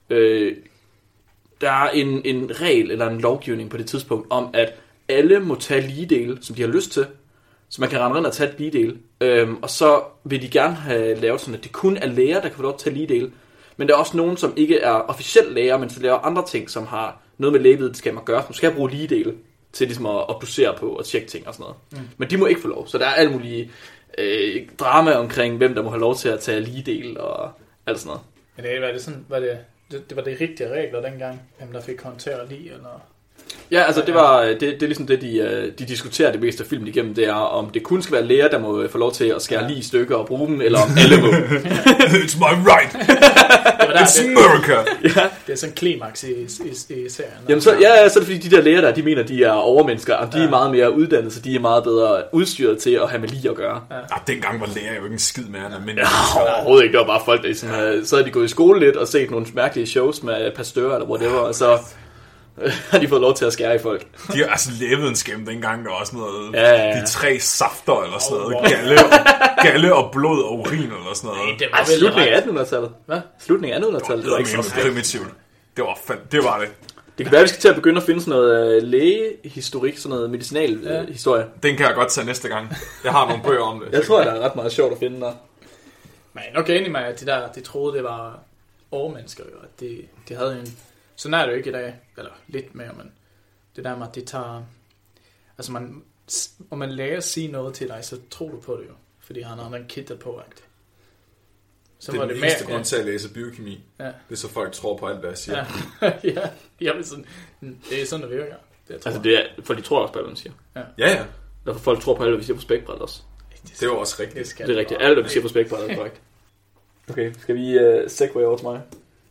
der er en regel eller en lovgivning på det tidspunkt om, at alle må tage ligedele, som de har lyst til. Så man kan rende rundt og tage et ligedele. Og så vil de gerne have lavet sådan, at det kun er læger, der kan få lov til at tage ligedele. Men der er også nogen, som ikke er officielt læger, men så laver andre ting, som har noget med lægevidenskab at gøre, som skal bruge ligedele til ligesom at dosere på og tjekke ting og sådan noget. Men de må ikke få lov. Så der er alle mulige drama omkring, hvem der må have lov til at tage ligedele og alt sådan noget. Men det var det rigtige regler dengang, hvem der fik håndtere lige, eller... Ja, altså det er ligesom det, de diskuterer det meste af filmen igennem, det er, om det kun skal være læger, der må få lov til at skære lige i stykker og bruge dem, eller om alle må. It's my right! It's America! Ja. Det er sådan en klimaks i serien. Jamen så er det fordi, de der læger der, de mener, de er overmennesker, og de er meget mere uddannet, så de er meget bedre udstyret til at have med lige at gøre. Dengang var læger jo ikke en skid mere end almindelig. Overhovedet ikke, det var bare folk, der sådan, så havde de gået i skole lidt og set nogle mærkelige shows med Pasteur eller whatever, og så har de fået lov til at skære i folk. De har altså lægevidenskab dengang, der var også noget, de 3 safter eller sådan noget, galle og blod og urin eller sådan noget. Det var slutningen af 1800-tallet. Hvad? Slutningen af 1800-tallet. Det var ikke så primitivt. Det var det. Det kan være, at vi skal til at begynde at finde sådan noget lægehistorik, sådan noget medicinal historie. Den kan jeg godt tage næste gang. Jeg har nogle bøger om det. Jeg tror, der er ret meget sjovt at finde der. Men jeg er nok enig med, at de troede, det var overmennesker, og at de havde en... Sådan er det jo ikke i dag, eller lidt mere, men det der med, at de tager... Altså, om man lærer at sige noget til dig, så tror du på det jo, fordi han har en kittet på-agtigt. Så det er den eneste grund til at læse biokemi. Ja. Det er så folk tror på alt, hvad jeg siger. Ja, det er sådan, det virker. Det er, for de tror også på alt, hvad man siger. Ja. Derfor folk tror på alt, hvad vi siger på Spækbræt også. Det er jo også rigtigt. Det er rigtigt. Alt, hvad vi siger på Spækbræt er korrekt. Okay, skal vi segway over til mig?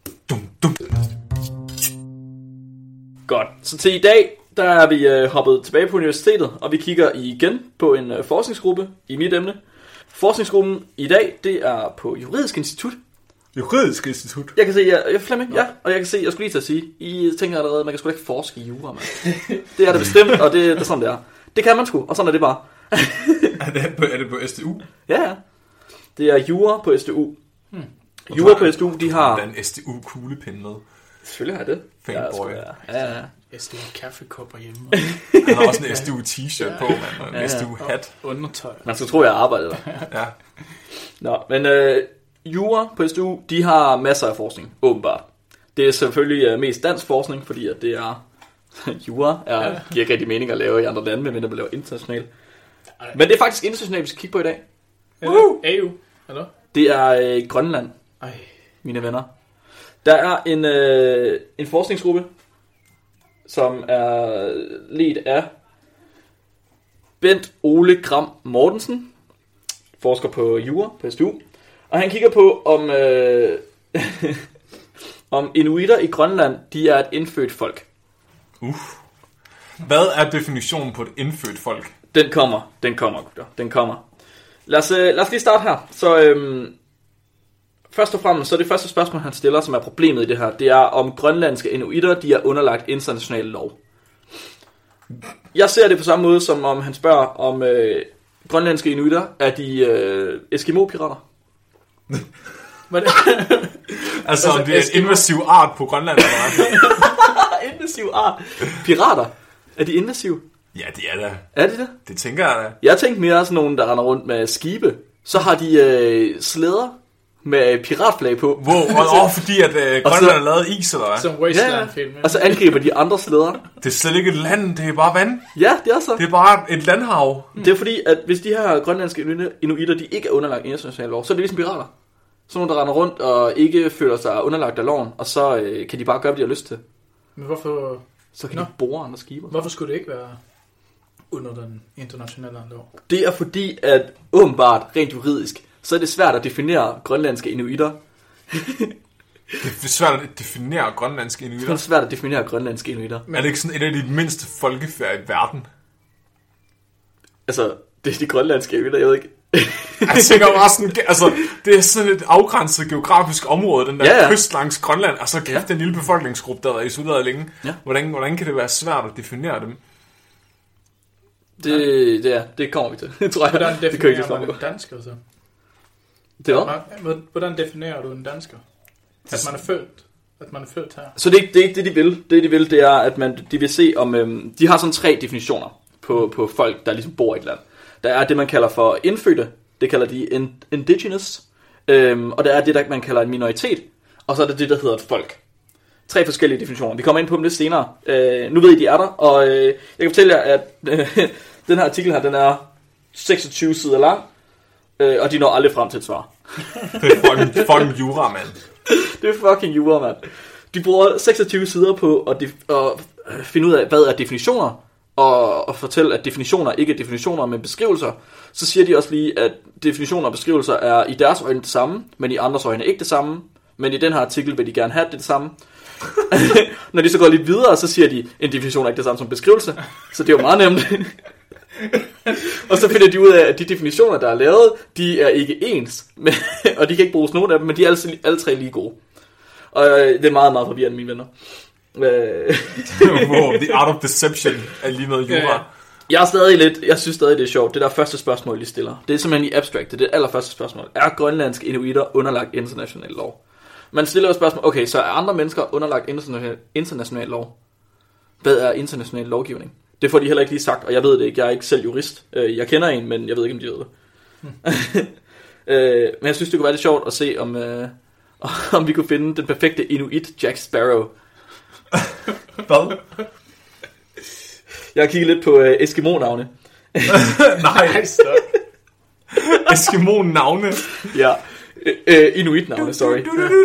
Godt. Så til i dag, der er vi hoppet tilbage på universitetet, og vi kigger igen på en forskningsgruppe i mit emne. Forskningsgruppen i dag, det er på Juridisk Institut. Juridisk Institut? Jeg kan se, jeg Flemming, ja, og jeg kan se, jeg skulle lige til at sige, I tænker allerede, man kan sgu ikke forske i jura, man. Det er det bestemt, og det er sådan, det er. Det kan man sgu, og sådan er det bare. Er det på SDU? Ja. Det er jura på SDU. Jura på SDU, de har... Der er en SDU-kuglepind med. Selvfølgelig har jeg det. Fanboy. Ja. SDU kaffekopper hjemme. Han har også en SDU t-shirt på, man, og en SDU hat. Undertøj. Man skal tro, jeg arbejder der. Ja. Nå, men jura på SDU, de har masser af forskning, åbenbart. Det er selvfølgelig mest dansk forskning, fordi at det er... jura giver ikke rigtig mening at lave i andre lande, medmindre vi laver internationalt. Men det er faktisk internationalt, vi skal kigge på i dag. EU, eller? Det er Grønland, mine venner. Der er en forskningsgruppe, som er ledt af Bent Ole Gram Mortensen, forsker på jura på SDU, og han kigger på, om inuitter i Grønland, de er et indfødt folk. Hvad er definitionen på et indfødt folk? Den kommer, gutter. Den kommer. Lad os lige starte her. Så først og fremmest, så det første spørgsmål, han stiller, som er problemet i det her, det er, om grønlandske inuitter, de er underlagt international lov. Jeg ser det på samme måde, som om han spørger, om grønlandske inuitter er de Eskimo-pirater. Altså, om det er en invasiv art på Grønland, eller hvad? Invasiv art. Pirater. Er de invasive? Ja, det er det. Er de det? Det tænker jeg da. Jeg tænkte mere sådan nogen, der render rundt med skibe. Så har de slæder med piratflag på. Wow, fordi at Grønland er lavet is, eller hvad? Som Wasteland-film. Og så angriber de andre slæder. Det er slet ikke et land, det er bare vand. Ja, det er så. Det er bare et landhav. Det er fordi, at hvis de her grønlandske inuitter, de ikke er underlagt international lov, så er det ligesom pirater. Sådan nogle, der render rundt og ikke føler sig underlagt af loven, og så kan de bare gøre, hvad de har lyst til. Men hvorfor... Så kan de bore andre skibe. Hvorfor skulle det ikke være under den internationale lov? Det er fordi, at åbenbart, rent juridisk, så er det svært at definere grønlandske inuitter. Det er svært at definere grønlandske inuitter. Det er svært at definere grønlandske inuitter. Men er det ikke sådan et af de mindste folkefærd i verden? Altså, det er de grønlandske inuitter, jeg ved ikke. Jeg tænker bare sådan, altså, det er sådan et afgrænset geografisk område, den der kyst langs Grønland, og så kæft den lille befolkningsgruppe, der er isoleret længe. Ja. Hvordan kan det være svært at definere dem? Det kommer vi til. Det tror jeg. Hvordan definerer man en dansker så? Det var? Hvordan definerer du en dansker? At man er født her? Så det er ikke det, de vil. Det, de vil, det er, at de vil se om... de har sådan 3 definitioner på folk, der ligesom bor i et land. Der er det, man kalder for indfødte. Det kalder de indigenous. Og der er det, der man kalder en minoritet. Og så er der det, der hedder et folk. 3 forskellige definitioner. Vi kommer ind på dem lidt senere. Nu ved I, de er der. Og jeg kan fortælle jer, at den her artikel her, den er 26 sider lang. Og de når aldrig frem til et svar. Det er fucking jura, mand. Det er fucking jura, mand. De bruger 26 sider på at finde ud af, hvad er definitioner. Og fortælle, at definitioner ikke er definitioner, men beskrivelser. Så siger de også lige, at definitioner og beskrivelser er i deres øjne det samme, men i andres øjne ikke det samme. Men i den her artikel vil de gerne have det samme. Når de så går lidt videre, så siger de, en definition er ikke det samme som beskrivelse. Så det er jo meget nemt. Og så finder de ud af, at de definitioner, der er lavet, de er ikke ens. Og de kan ikke bruges nogen af dem, men de er alle 3 lige gode. Og det er meget, meget forvirrende, mine venner. Wow, the art of deception er lige noget jura. Jeg synes stadig, det er sjovt. Det der første spørgsmål, de stiller. Det er simpelthen i abstract. Det er det allerførste spørgsmål. Er grønlandske inuitter underlagt international lov? Man stiller jo spørgsmål. Okay, så er andre mennesker underlagt international lov? Hvad er international lovgivning? Det får de heller ikke lige sagt, og jeg ved det ikke. Jeg er ikke selv jurist. Jeg kender en, men jeg ved ikke, om de ved det. Men jeg synes, det kunne være lidt sjovt at se, om vi kunne finde den perfekte inuit Jack Sparrow. Hvad? Jeg har kigget lidt på Eskimo-navne. Nej, stop. Eskimo-navne? Ja. Inuit-navne, sorry.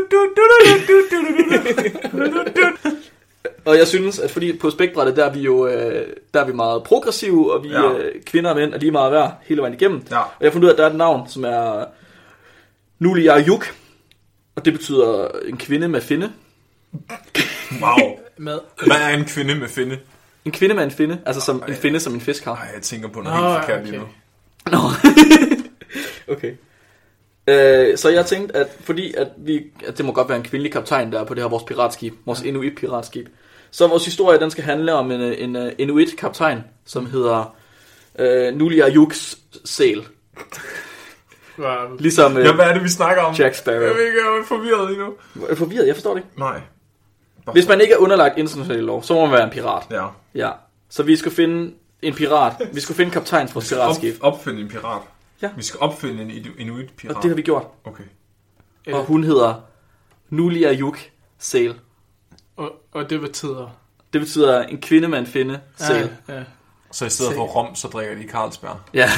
Og jeg synes, at fordi på spækbrættet, der er vi jo der er vi meget progressive, og vi kvinder og mænd er lige meget værd hele vejen igennem. Ja. Og jeg har fundet ud af, at der er et navn, som er Nuliarjuk, og det betyder en kvinde med finde. Wow. Hvad er en kvinde med finde? En kvinde med en finde, altså som en finde som en fisk har. Nej, jeg tænker på noget helt forkert lige nu. Nå. Okay. Så jeg tænkte, at fordi at det må godt være en kvindelig kaptajn, der er på det her vores piratskib, vores Inuit-piratskib. Så vores historie, den skal handle om en Inuit-kaptajn, som hedder Nuliarjuks sæl. Ligesom hvad er det, vi snakker om? Jack Sparrow. Jeg er forvirret lige nu. Forvirret? Jeg forstår det ikke. Nej. Hvis man ikke er underlagt international lov, så må man være en pirat. Ja. Så vi skal finde en pirat. Vi skal finde kaptajn for piratskib. Opfinde en pirat. Ja. Vi skal opfinde en inuit-pirat. Og det har vi gjort. Okay. Og hun hedder Nuliarjuk sæl. Og det betyder? Det betyder en kvinde med en finde sæl. Ja. Så i stedet for rom, så drikker de Carlsberg. Ja.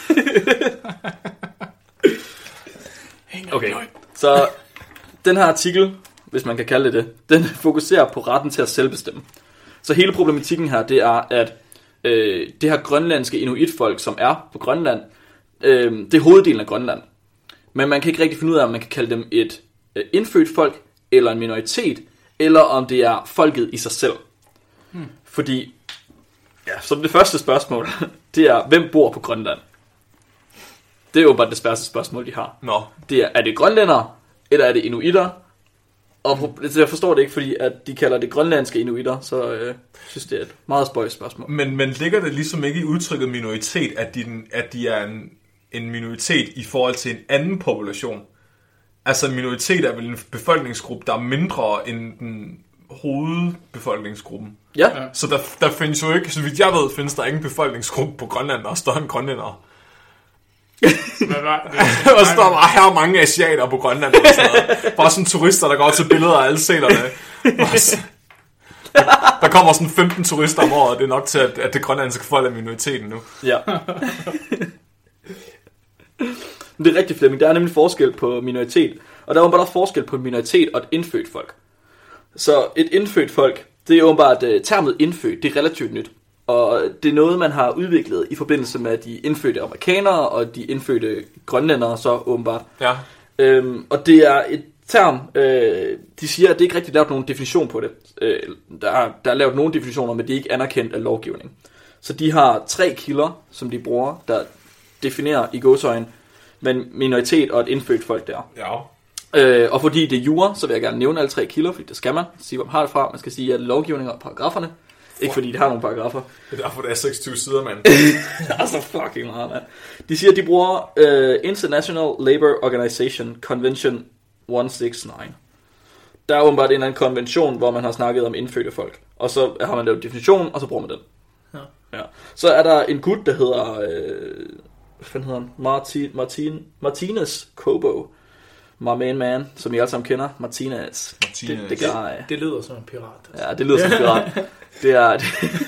Okay. Så den her artikel, hvis man kan kalde det, den fokuserer på retten til at selvbestemme. Så hele problematikken her, det er, at det her grønlandske inuitfolk, som er på Grønland, det er hoveddelen af Grønland. Men man kan ikke rigtig finde ud af, om man kan kalde dem et indfødt folk, eller en minoritet, eller om det er folket i sig selv. Fordi, så det første spørgsmål, det er, hvem bor på Grønland? Det er jo bare det største spørgsmål, de har. Nå. Det er det grønlændere, eller er det inuitter? Og jeg forstår det ikke, fordi at de kalder det grønlandske inuitter, så jeg synes, det er et meget spøjs spørgsmål. Men ligger det ligesom ikke i udtrykket minoritet, at de er en minoritet i forhold til en anden population? Altså en minoritet er vel en befolkningsgruppe, der er mindre end den hovedbefolkningsgruppen. Ja. Så der findes jo ikke, så vidt jeg ved, findes der ingen befolkningsgruppe på Grønland, der er større end grønlændere. Og så står bare her mange asiater på Grønland og sådan noget. Bare sådan turister, der går til billeder af alle sælerne. Der kommer sådan 15 turister om året, det er nok til, at det grønlandske folk er minoriteten nu. Ja. Men det er rigtigt, Flemming. Der er nemlig forskel på minoritet. Og der er åbenbart forskel på en minoritet og et indfødt folk. Så et indfødt folk, det er åbenbart, termet indfødt, det er relativt nyt. Og det er noget, man har udviklet i forbindelse med de indfødte amerikanere og de indfødte grønlændere, så åbenbart. Ja. Og det er et term, de siger, at det ikke rigtig lavet nogen definition på det. Der er lavet nogle definitioner, men de er ikke anerkendt af lovgivning. Så de har 3 kilder, som de bruger, der definerer i gåseøjne, men minoritet og et indfødt folk der. Ja. Og fordi det er jura, så vil jeg gerne nævne alle 3 kilder, fordi det skal man sige, hvor man har det fra. Man skal sige, at lovgivninger og paragraferne. Ikke fordi de har nogle paragrafer. Det er derfor, det er 26 sider, mand. Det er så fucking meget, mand. De siger, at de bruger International Labour Organization Convention 169. Der er åbenbart en eller anden konvention, hvor man har snakket om indfødte folk. Og så har man lavet definitionen, og så bruger man den. Ja. Så er der en gut, der hedder... hvad fanden hedder han? Martinez Cobo. My main man, som I alle sammen kender. Martinez. Det lyder som en pirat. Ja, det lyder som en pirat. Det er...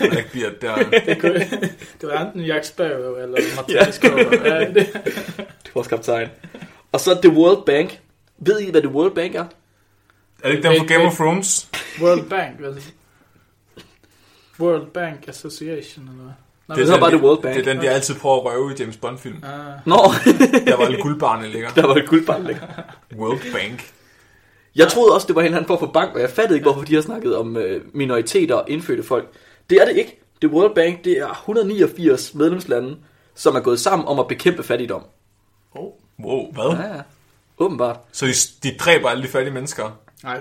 Det var enten Jack Sparrow eller Martinez Cobo. Det var vores kaptajn. Og så The World Bank. Ved I, hvad The World Bank er? Er det ikke den for Game of Thrones? World Bank, hvad det? World Bank Association, eller hvad? Det er bare The World Bank. Det er den, de altid prøver at røve i James Bond-film. Nå. Der var et guldbarne ligger. World Bank. Jeg troede også, det var en eller anden form for bank, og jeg fattede ikke, hvorfor de har snakket om minoriteter og indfødte folk. Det er det ikke. The World Bank, det er 189 medlemslande, som er gået sammen om at bekæmpe fattigdom. Wow, hvad? Ja, åbenbart. Så de dræber alle de fattige mennesker? Nej.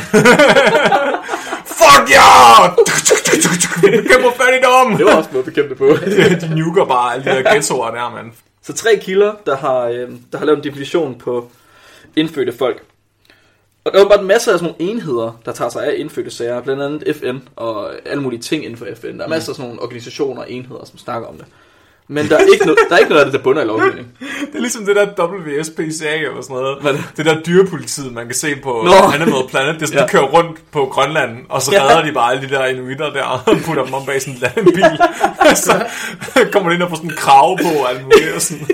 Fuck ja! Vi bekæmper fattigdom! Det var også noget at bekæmpe på. De nuker bare alle de her ghettoer der, mand. Så 3 kilder, der har lavet en definition på indfødte folk. Og der er jo bare en masse af sådan nogle enheder, der tager sig af indfødte sager. Blandt andet FN og alle mulige ting inden for FN. Der er masser af sådan nogle organisationer og enheder, som snakker om det. Men der er ikke noget af det, der bunder i lovgivning. Det er ligesom det der WSPCA eller sådan noget. Det der dyrepolitiet, man kan se på Animal Planet. Det er sådan, de kører rundt på Grønland, og så redder de bare alle de der inuitter der, og putter dem om bag sådan en bil. Så kommer de ind og får sådan en krave på, og alt muligt og sådan.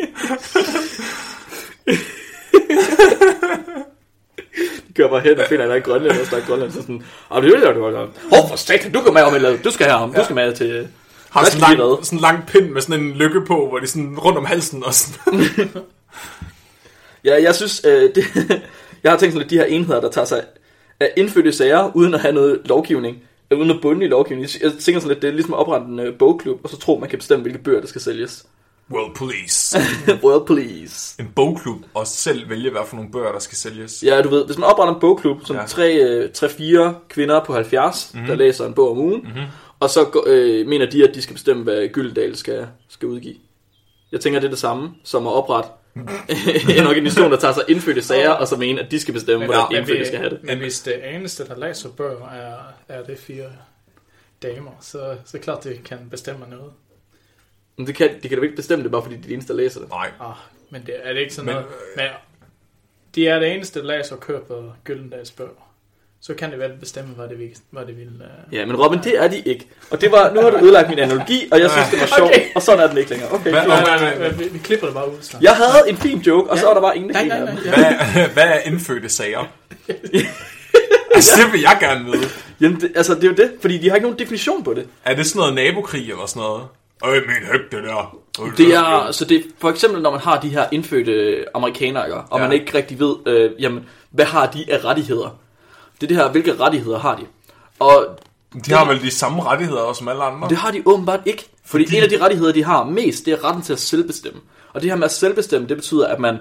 De kører bare hen og finder en af Grønland, og snakker Grønland, så sådan, for satan, du går med om et eller du skal have ham, du skal med til... Har sådan en lang pind med sådan en lykke på, hvor de sådan rundt om halsen og sådan. Ja, jeg synes, jeg har tænkt sådan lidt, de her enheder, der tager sig af indfødte sager, uden at have noget lovgivning, uden at bunde i lovgivning. Jeg tænker sådan lidt, det er ligesom at oprette en bogklub, og så tror man kan bestemme, hvilke bøger, der skal sælges. World Police. World Police. En bogklub, og selv vælge, hvad for nogle bøger, der skal sælges. Ja, du ved, hvis man opretter en bogklub, som 3-4 kvinder på 70, der læser en bog om ugen, og så mener de, at de skal bestemme, hvad Gyldendal skal udgive. Jeg tænker, det er det samme, som at oprette en organisation, der tager sig indfødte sager, og så mener, at de skal bestemme, hvordan indfødte skal have det. Men hvis det eneste, der læser bøger, er det 4 damer, så klart, det kan bestemme noget. Men de kan da ikke bestemme det, bare fordi de er de eneste, der læser det. Nej. Men det er det ikke sådan noget. Men de er det eneste, der læser og kører på Gyldendals bøger. Så kan det vel bestemme, hvad det vil. Ja, men Robin, det er de ikke. Og det var, nu har du ødelagt min analogi, og jeg synes, det var sjovt, og sådan er den ikke længere. Okay. Vi klipper det bare ud. Snart. Jeg havde en fin joke, og så var der bare ingen, der griner af den. Hvad er indfødte sager? Altså, det vil jeg gerne vide. Jamen, det er jo det, fordi de har ikke nogen definition på det. Er det sådan noget nabokrig eller sådan noget? Min høg, det der. Det er, så det er for eksempel, når man har de her indfødte amerikanere, og man ikke rigtig ved, jamen, hvad har de af rettigheder? Det er det her, hvilke rettigheder har de? Og de har vel de samme rettigheder som alle andre? Det har de åbenbart ikke. Fordi en af de rettigheder, de har mest, det er retten til at selvbestemme. Og det her med at selvbestemme, det betyder, at man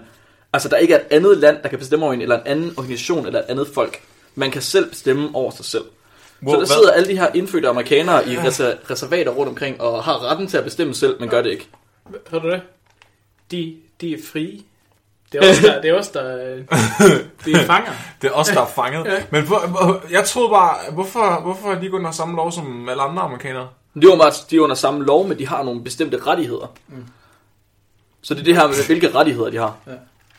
Altså, der ikke er et andet land, der kan bestemme over en, eller en anden organisation, eller et andet folk. Man kan selv bestemme over sig selv. Så der sidder alle de her indfødte amerikanere i reservater rundt omkring, og har retten til at bestemme selv, men gør det ikke. Hør du det? De er frie. Det er også der de er fanger. Det er også der er fanget. Ja. Men jeg troede bare, hvorfor er de under samme lov som alle andre amerikanere? De er under samme lov, men de har nogle bestemte rettigheder. Så det er det her med, hvilke rettigheder de har. Ja.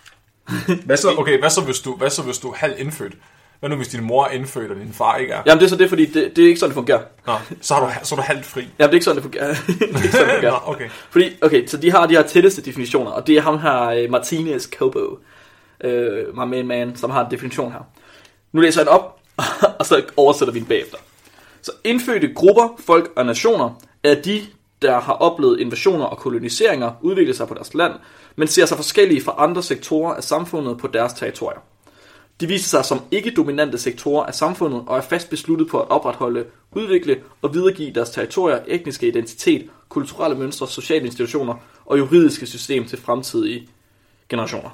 Hvad så hvis du er halvt indfødt? Hvad nu hvis din mor er indfødt, og din far ikke er? Jamen det er så det, fordi det er ikke sådan, det fungerer. Nå, så er du halvt fri. Jamen det er ikke sådan, det fungerer. Nå, okay. Fordi, så de har de her tætteste definitioner, og det er ham her, Martinez Cobo, my main man, som har en definition her. Nu læser jeg den op, og så oversætter vi den bagefter. Så indfødte grupper, folk og nationer er de, der har oplevet invasioner og koloniseringer, udviklet sig på deres land, men ser sig forskellige fra andre sektorer af samfundet på deres territorier. De viser sig som ikke-dominante sektorer af samfundet og er fast besluttet på at opretholde, udvikle og videregive deres territorier, etniske identitet, kulturelle mønstre, sociale institutioner og juridiske system til fremtidige generationer.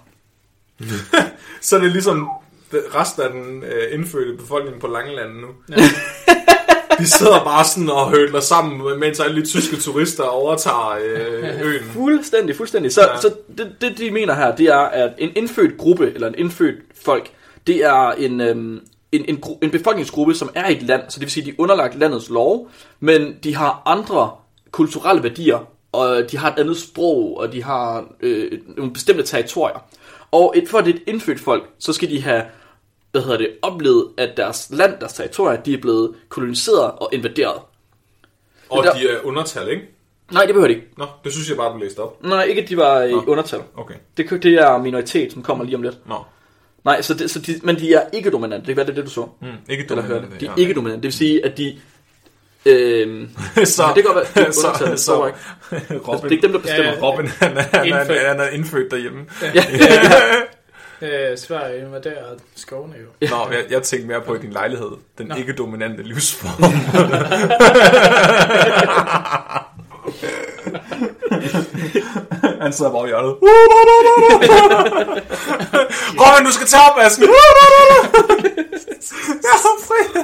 Så det er ligesom resten af den indfødte befolkning på Langeland nu. Ja. De sidder bare sådan og hødler sammen, mens alle de tyske turister overtager øen. Fuldstændig. Så det de mener her, det er, at en indfødt gruppe, eller en indfødt folk, det er en befolkningsgruppe, som er i et land, så det vil sige, at de er underlagt landets lov, men de har andre kulturelle værdier, og de har et andet sprog, og de har nogle bestemte territorier. Og for at det er et indfødt folk, så skal de have oplevet, at deres land, deres territorier, de er blevet koloniseret og invaderet. Og de er undertal, ikke? Nej, det behøver de ikke. Nå, det synes jeg bare, du læste op. Nej, ikke at de var i undertal. Okay. Det er minoritet, som kommer lige om lidt. Nå. Nej, men de er ikke dominante. Det kan være, det er det, du så. Ikke dominante. De er ikke dominante. Det vil sige, at de... så, det kan godt være, de er undertal. Så Robin, altså, det er ikke dem, der bestemmer. Robin, han er indfødt derhjemme. Sverige invaderer skovene jo. Nå, jeg tænkte mere på i din lejlighed. Den ikke-dominante livsform. Han sidder bare i hjørnet. Robin, du skal tage opvasken. Jeg er så fri.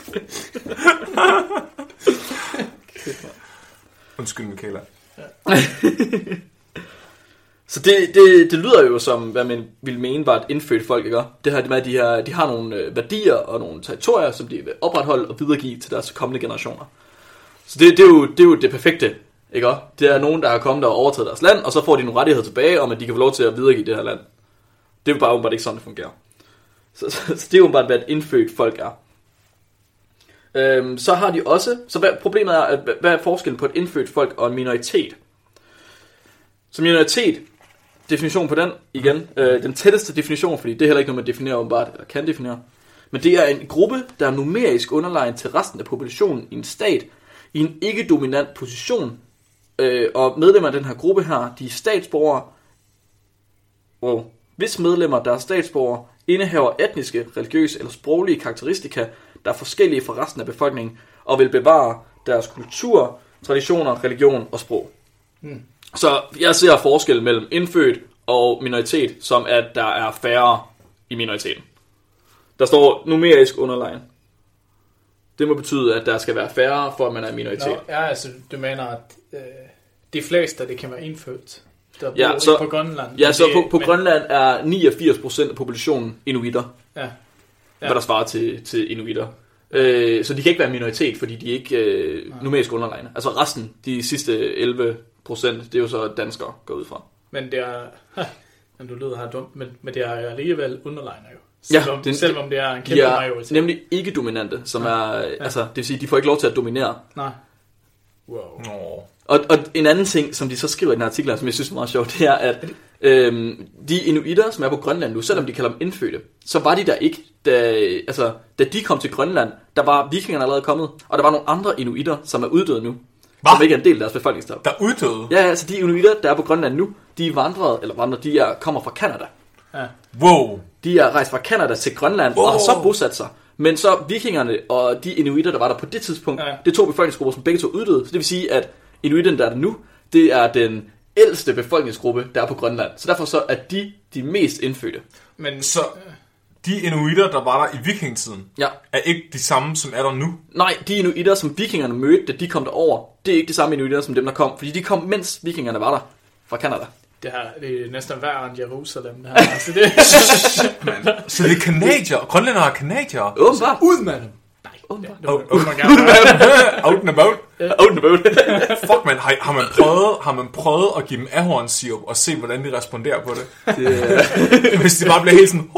Undskyld, Michaela. Så det lyder jo som, hvad man ville mene var et indfødt folk, ikke? Det her med, at de har nogle værdier og nogle territorier, som de vil opretholde og videregive til deres kommende generationer. Så det er jo det perfekte, ikke? Det er nogen, der har kommet og overtaget deres land, og så får de nogle rettigheder tilbage, om at de kan få lov til at videregive det her land. Det er jo bare åbenbart ikke sådan, det fungerer. Så det er jo åbenbart, hvad et indfødt folk er. Så har de også, så problemet er, at hvad er forskellen på et indfødt folk og en minoritet? Så minoritet, definition på den, igen, den tætteste definition, fordi det er heller ikke noget, man definerer åbenbart, eller kan definere, men det er en gruppe, der er numerisk underlegen til resten af populationen i en stat, i en ikke-dominant position, og medlemmer af den her gruppe her, de er statsborgere, hvis medlemmer, der er statsborgere, indehaver etniske, religiøse eller sproglige karakteristika, der er forskellige fra resten af befolkningen, og vil bevare deres kultur, traditioner, religion og sprog. Så jeg ser forskel mellem indfødt og minoritet, som at der er færre i minoriteten. Der står numerisk underlegen. Det må betyde, at der skal være færre, for at man er minoritet. Ja, altså du mener, at de fleste, det kan være indfødt, der bor på Grønland. Ja, så på Grønland er 89% af populationen inuitter. Ja. Hvad der svarer til inuitter. Så de kan ikke være minoritet, fordi de er ikke numerisk underlegne. Altså resten, de sidste 11%, det er jo så danskere går ud fra. Men det er, du lyder her dumt, men det er alligevel underlegne jo. Selvom det er en kæmpe majoritet. Nemlig ikke dominante, som er, altså det vil sige, de får ikke lov til at dominere. Nej. Wow. Og en anden ting, som de så skriver i den artikel, som jeg synes er meget sjovt, det er, at de inuitter, som er på Grønland nu, selvom de kalder dem indfødte, så var de der ikke, da de kom til Grønland, der var vikingerne allerede kommet, og der var nogle andre inuitter, som er uddøde nu. Hva? Som ikke er en del af deres befolkningstab. Der er uddøde? Ja, altså de inuitter, der er på Grønland nu, de kommer fra Canada. Ja. Wow. De er rejst fra Canada til Grønland, og har så bosat sig. Men så vikingerne og de inuitter, der var der på det tidspunkt, det er to befolkningsgrupper, som begge to uddøde. Så det vil sige, at inuitterne, der er der nu, det er den ældste befolkningsgruppe, der er på Grønland. Så derfor så er de mest indfødte. Men Så de inuitter, der var der i vikingetiden, er ikke de samme, som er der nu? Nej, de inuitter, som vikingerne mødte, da de kom derover, det er ikke de samme inuitter, som dem, der kom. Fordi de kom, mens vikingerne var der fra Canada. det er næsten værre end Jerusalem. Det her. Altså, det... Så det er kanadier, grønlændere er kanadier? Åbenbart. Ud med dem! Out and about. Fuck, man, har man prøvet at give dem ahornsirup og se, hvordan de responderer på det? Hvis de bare bliver helt sådan...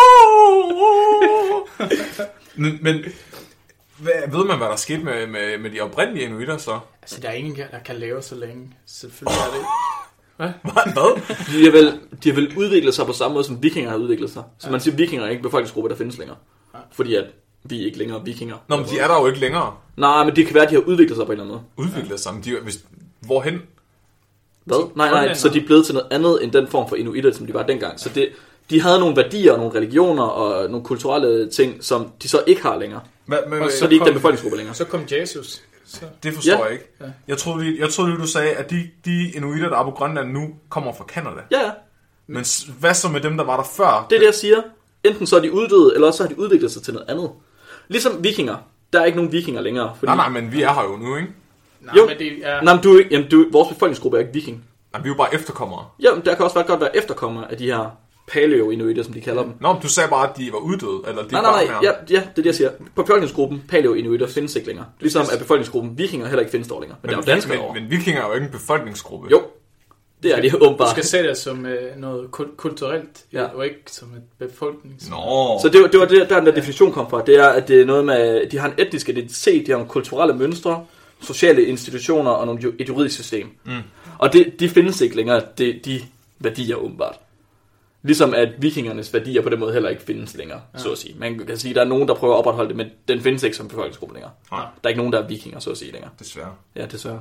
Men ved man, hvad der skete med de oprindelige inuitter så? Altså, der er ingen, der kan leve så længe. Selvfølgelig er det ikke. Hvad? De har vel udviklet sig på samme måde, som vikinger har udviklet sig. Så man siger, at vikinger er ikke en befolkningsgruppe, der findes længere. Fordi at vi er ikke længere vikinger. Nå, men de er der jo ikke længere. Nej, men det kan være, at de har udviklet sig på en eller anden måde. Udviklet sig? Hvorhen? Hvad? Nej, så de er blevet til noget andet end den form for inuitter, som de var dengang. Så de havde nogle værdier, nogle religioner og nogle kulturelle ting, som de så ikke har længere. Og så er de ikke den befolkningsgruppe længere. Så kom Jesus. Så. Det forstår jeg ikke. Ja. Jeg troede, du sagde, at de inuitter, der er på Grønland nu, kommer fra Canada. Ja. Men hvad så med dem, der var der før? Det er det, jeg siger. Enten så er de uddøde, eller så har de udviklet sig til noget andet. Ligesom vikinger. Der er ikke nogen vikinger længere. Fordi... Nej, men vi er her jo nu, ikke? Nej, jo. Men det er... Nej, men vores befolkningsgruppe er ikke viking. Nej, vi er jo bare efterkommere. Jamen, der kan også godt være efterkommere af de her paleo-inuitter, som de kalder dem. Nå, men du sagde bare, at de var uddøde, eller de nej, ja, det er det, jeg siger. Befolkningsgruppen paleo-inuitter findes ikke længere. Ligesom at befolkningsgruppen vikinger heller ikke findes der længere. Men der er jo danskere over. Men vikinger er jo ikke en befolkningsgruppe. Jo, det er de åbenbart. Du skal se det som noget kulturelt, og ikke som et befolknings... Nå. Så det var det, der den der definition kom fra. Det er, at det er noget med, de har en etnisk identitet, de har nogle kulturelle mønstre, sociale institutioner og et juridisk system. Og de findes ikke længere, de værdier åbenbart. Ligesom at vikingernes værdier på den måde heller ikke findes længere, så at sige. Man kan sige, at der er nogen, der prøver at opretholde det, men den findes ikke som befolkningsgruppe længere. Der er ikke nogen, der er vikinger, så at sige, længere. Desværre. Ja, desværre.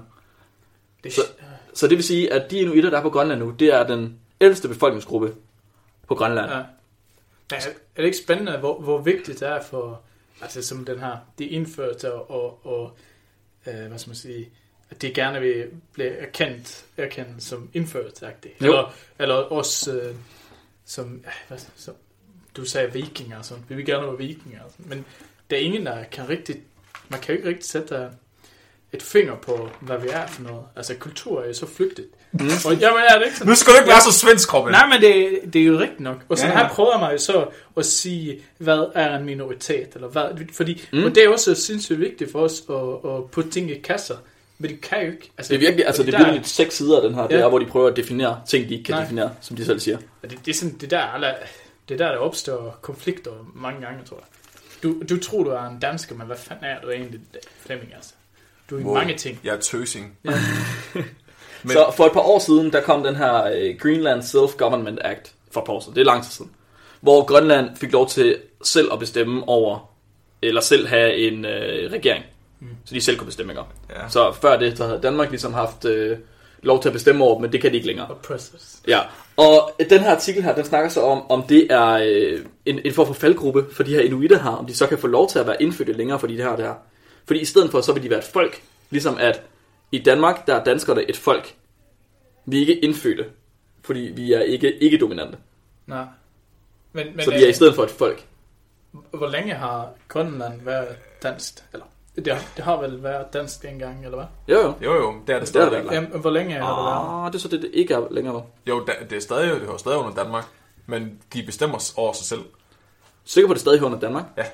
Så det vil sige, at de inuitter, der er på Grønland nu, det er den ældste befolkningsgruppe på Grønland. Ja. Er det ikke spændende, hvor vigtigt det er for, altså som den her, de indførte og hvad skal man sige, at de gerne vil blive erkendt som indført, eller også som du sagde vikinger, så vi vil gerne være vikinger, men der er ingen, der kan rigtigt, man kan jo ikke rigtig sætte et finger på, hvad vi er for noget. Altså, kultur er jo så flygtigt. Og jamen, er det ikke sådan? Nu skal du ikke være så svensk, Robin. Nej, men det er jo rigtigt nok. Og sådan her prøver man jo så at sige, hvad er en minoritet, eller hvad, fordi, og det er også sindssygt vigtigt for os at putte ting i kasser, men det kan jo ikke. Altså, det er virkelig, altså det er virkelig 6 sider af den her, det er, hvor de prøver at definere ting, de ikke kan definere, som de selv siger. Det er sådan, det der opstår konflikter mange gange, tror jeg. Du tror, du er en dansker, men hvad fanden er du egentlig, Flemming, altså? Du er mange ting. Jeg er tøsing. Ja. Men... Så for et par år siden, der kom den her Greenland Self-Government Act for et par år siden. Det er lang tid siden. Hvor Grønland fik lov til selv at bestemme over, eller selv have en regering. Så de selv kunne bestemme, ikke? Ja. Så før det, så havde Danmark ligesom haft lov til at bestemme over, men det kan de ikke længere. Ja. Og den her artikel her, den snakker så om det er en form for faldgruppe for de her inuitter her, om de så kan få lov til at være indfødte længere for de her der. Fordi i stedet for, så vil de være et folk. Ligesom at i Danmark, der er danskerne et folk. Vi er ikke indfødte. Fordi vi er ikke dominante. Nej. Men, så vi er i stedet for et folk. Hvor længe har Grønland været dansk? Eller, det har vel været dansk engang, eller hvad? Jo, det er det stadig. Hvor længe har det været? Det er så det ikke er længere. Jo, det er stadig, det hører stadig under Danmark. Men de bestemmer over sig selv. Sikker på, det stadig hører under Danmark? Ja.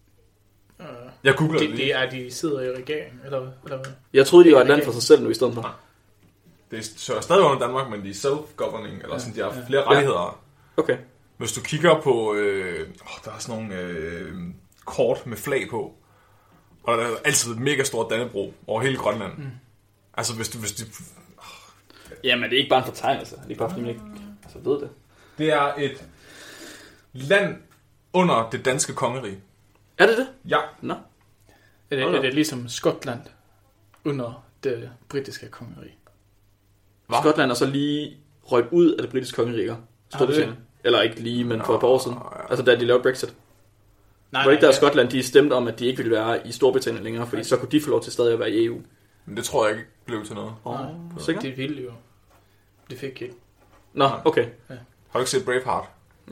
Jeg googler det lige. De sidder i regeringen, eller hvad? Jeg troede, de var et land for sig selv nu i stedet for. Nej. Det er stadig under Danmark, men de er self-governing, eller sådan, de har flere rettigheder. Okay. Hvis du kigger på, der er sådan nogle kort med flag på, og der er altid et mega stort Dannebrog over hele Grønland. Altså, hvis du Jamen, det er ikke bare en fortegnelse, det er bare fordi man ikke ved det. Det er et land under det danske kongerige. Er det det? Ja. Nå. Er det ligesom Skotland under det britiske kongerige? Hva? Skotland er så lige røget ud af det britiske kongerige. Eller ikke lige, men for et par år siden. Altså da de lavede Brexit. Var det ikke der Skotland, de stemte om, at de ikke ville være i Storbritannien længere, fordi så kunne de få lov til stadig at være i EU. Men det tror jeg ikke blev til noget. Det ville jo. Det fik jeg ikke. Nå, okay. Har du ikke set Braveheart?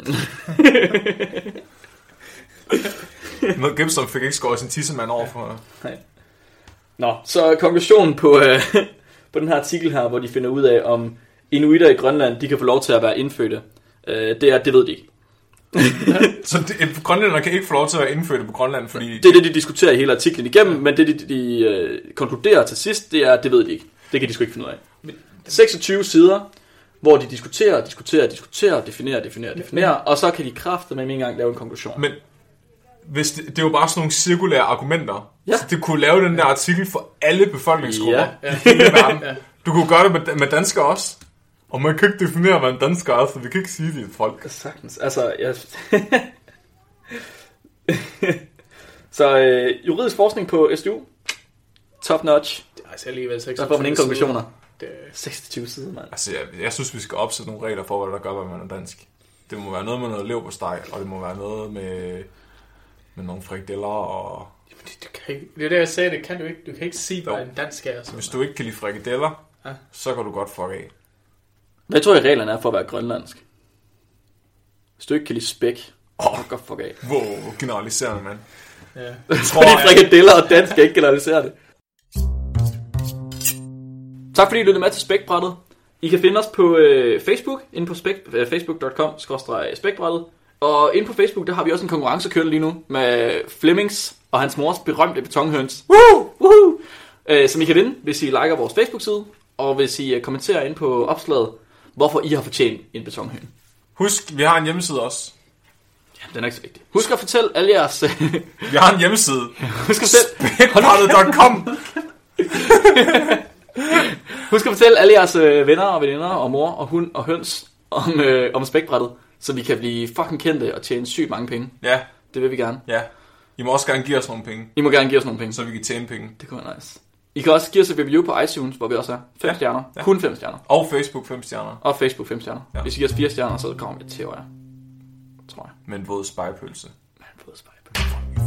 Mel Gibson fik ikke skåret sin tissemand over for... Nej. Nå, så konklusionen på den her artikel her, hvor de finder ud af, om inuitter i Grønland, de kan få lov til at være indfødte. Det ved de ikke. Så grønlænder kan ikke få lov til at være indfødte på Grønland, fordi... Det er det, de diskuterer i hele artiklen igennem, men det, de konkluderer til sidst, det er, det ved de ikke. Det kan de sgu ikke finde ud af. 26 sider, hvor de diskuterer, definerer, og så kan de kraftedeme med en gang lave en konklusion. Men hvis det er jo bare sådan nogle cirkulære argumenter. Ja. Så det kunne lave den der artikel for alle befolkningsgrupper. Ja. I hele verden. Du kunne gøre det med danskere også. Og man kan ikke definere, hvad en dansker er, så vi kan ikke sige, det er et folk. Sagtens. Altså, jeg... Så juridisk forskning på SDU. Top notch. Det er altså alligevel 26 Der får man ingen konklusioner. Det... 26 sider, mand. Altså, jeg synes, vi skal opsætte nogle regler for, hvad der gør, hvad man er dansk. Det må være noget med noget leverpostej, og det må være noget med nogle frikadeller og... Det er det, jeg sagde, det kan du ikke. Du kan ikke sige, hvad en dansk er. Hvis du ikke kan lide frikadeller, så kan du godt fuck af. Hvad tror jeg reglerne er for at være grønlandsk? Hvis du ikke kan lide spæk, så kan du godt fuck af. Wow, generaliserende, mand. Ja. Fordi frikadeller og dansk ikke generalisere det. Tak fordi I lyttede med til Spækbrættet. I kan finde os på Facebook, inde på facebook.com/spækbrættet. Og inde på Facebook, der har vi også en konkurrence kørende lige nu med Flemmings og hans mors berømte betonhøns. Woohoo! Som I kan vinde, hvis I liker vores Facebook-side, og hvis I kommenterer ind på opslaget, hvorfor I har fortjent en betonhøn. Husk, vi har en hjemmeside også. Ja, den er ikke så vigtig. Husk at fortælle alle jeres... Vi har en hjemmeside. Husk at fortælle... Spækbrættet.com. Husk at fortælle alle jeres venner og veninder og mor og hund og høns om Spækbrættet, så vi kan blive fucking kendte og tjene sygt mange penge. Ja. Det vil vi gerne. Ja. I må også gerne give os nogle penge. I må gerne give os nogle penge. Så vi kan tjene penge. Det kunne være nice. I kan også give os et review på iTunes, hvor vi også er 5 stjerner. Ja. Kun 5 stjerner. Og Facebook 5 stjerner. Og Facebook 5 stjerner. Ja. Hvis I giver os 4 stjerner, så kommer vi til jer. Tror jeg. Med en våd spejepølse. En våd spejepølse.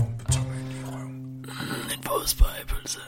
En våd spejepølse.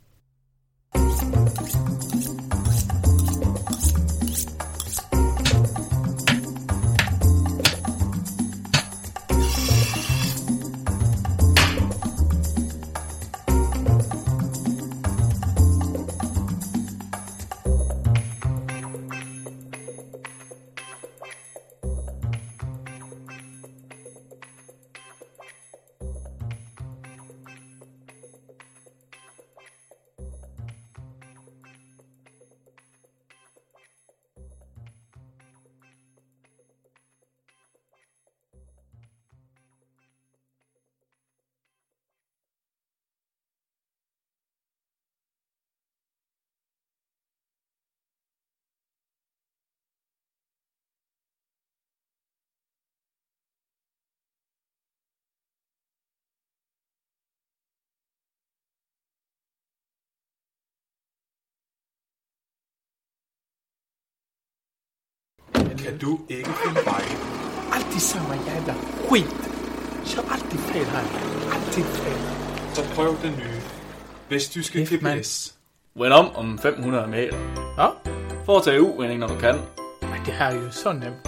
Kan du ikke finde vej? Alltid samma jävla skit. Kör alltid fel här. Alltid fel. Så prøv den nye. Vestjyske GPS. Win om 500 meter. Ja. Foretag U-vending, når du kan. Men det här är ju så nemt.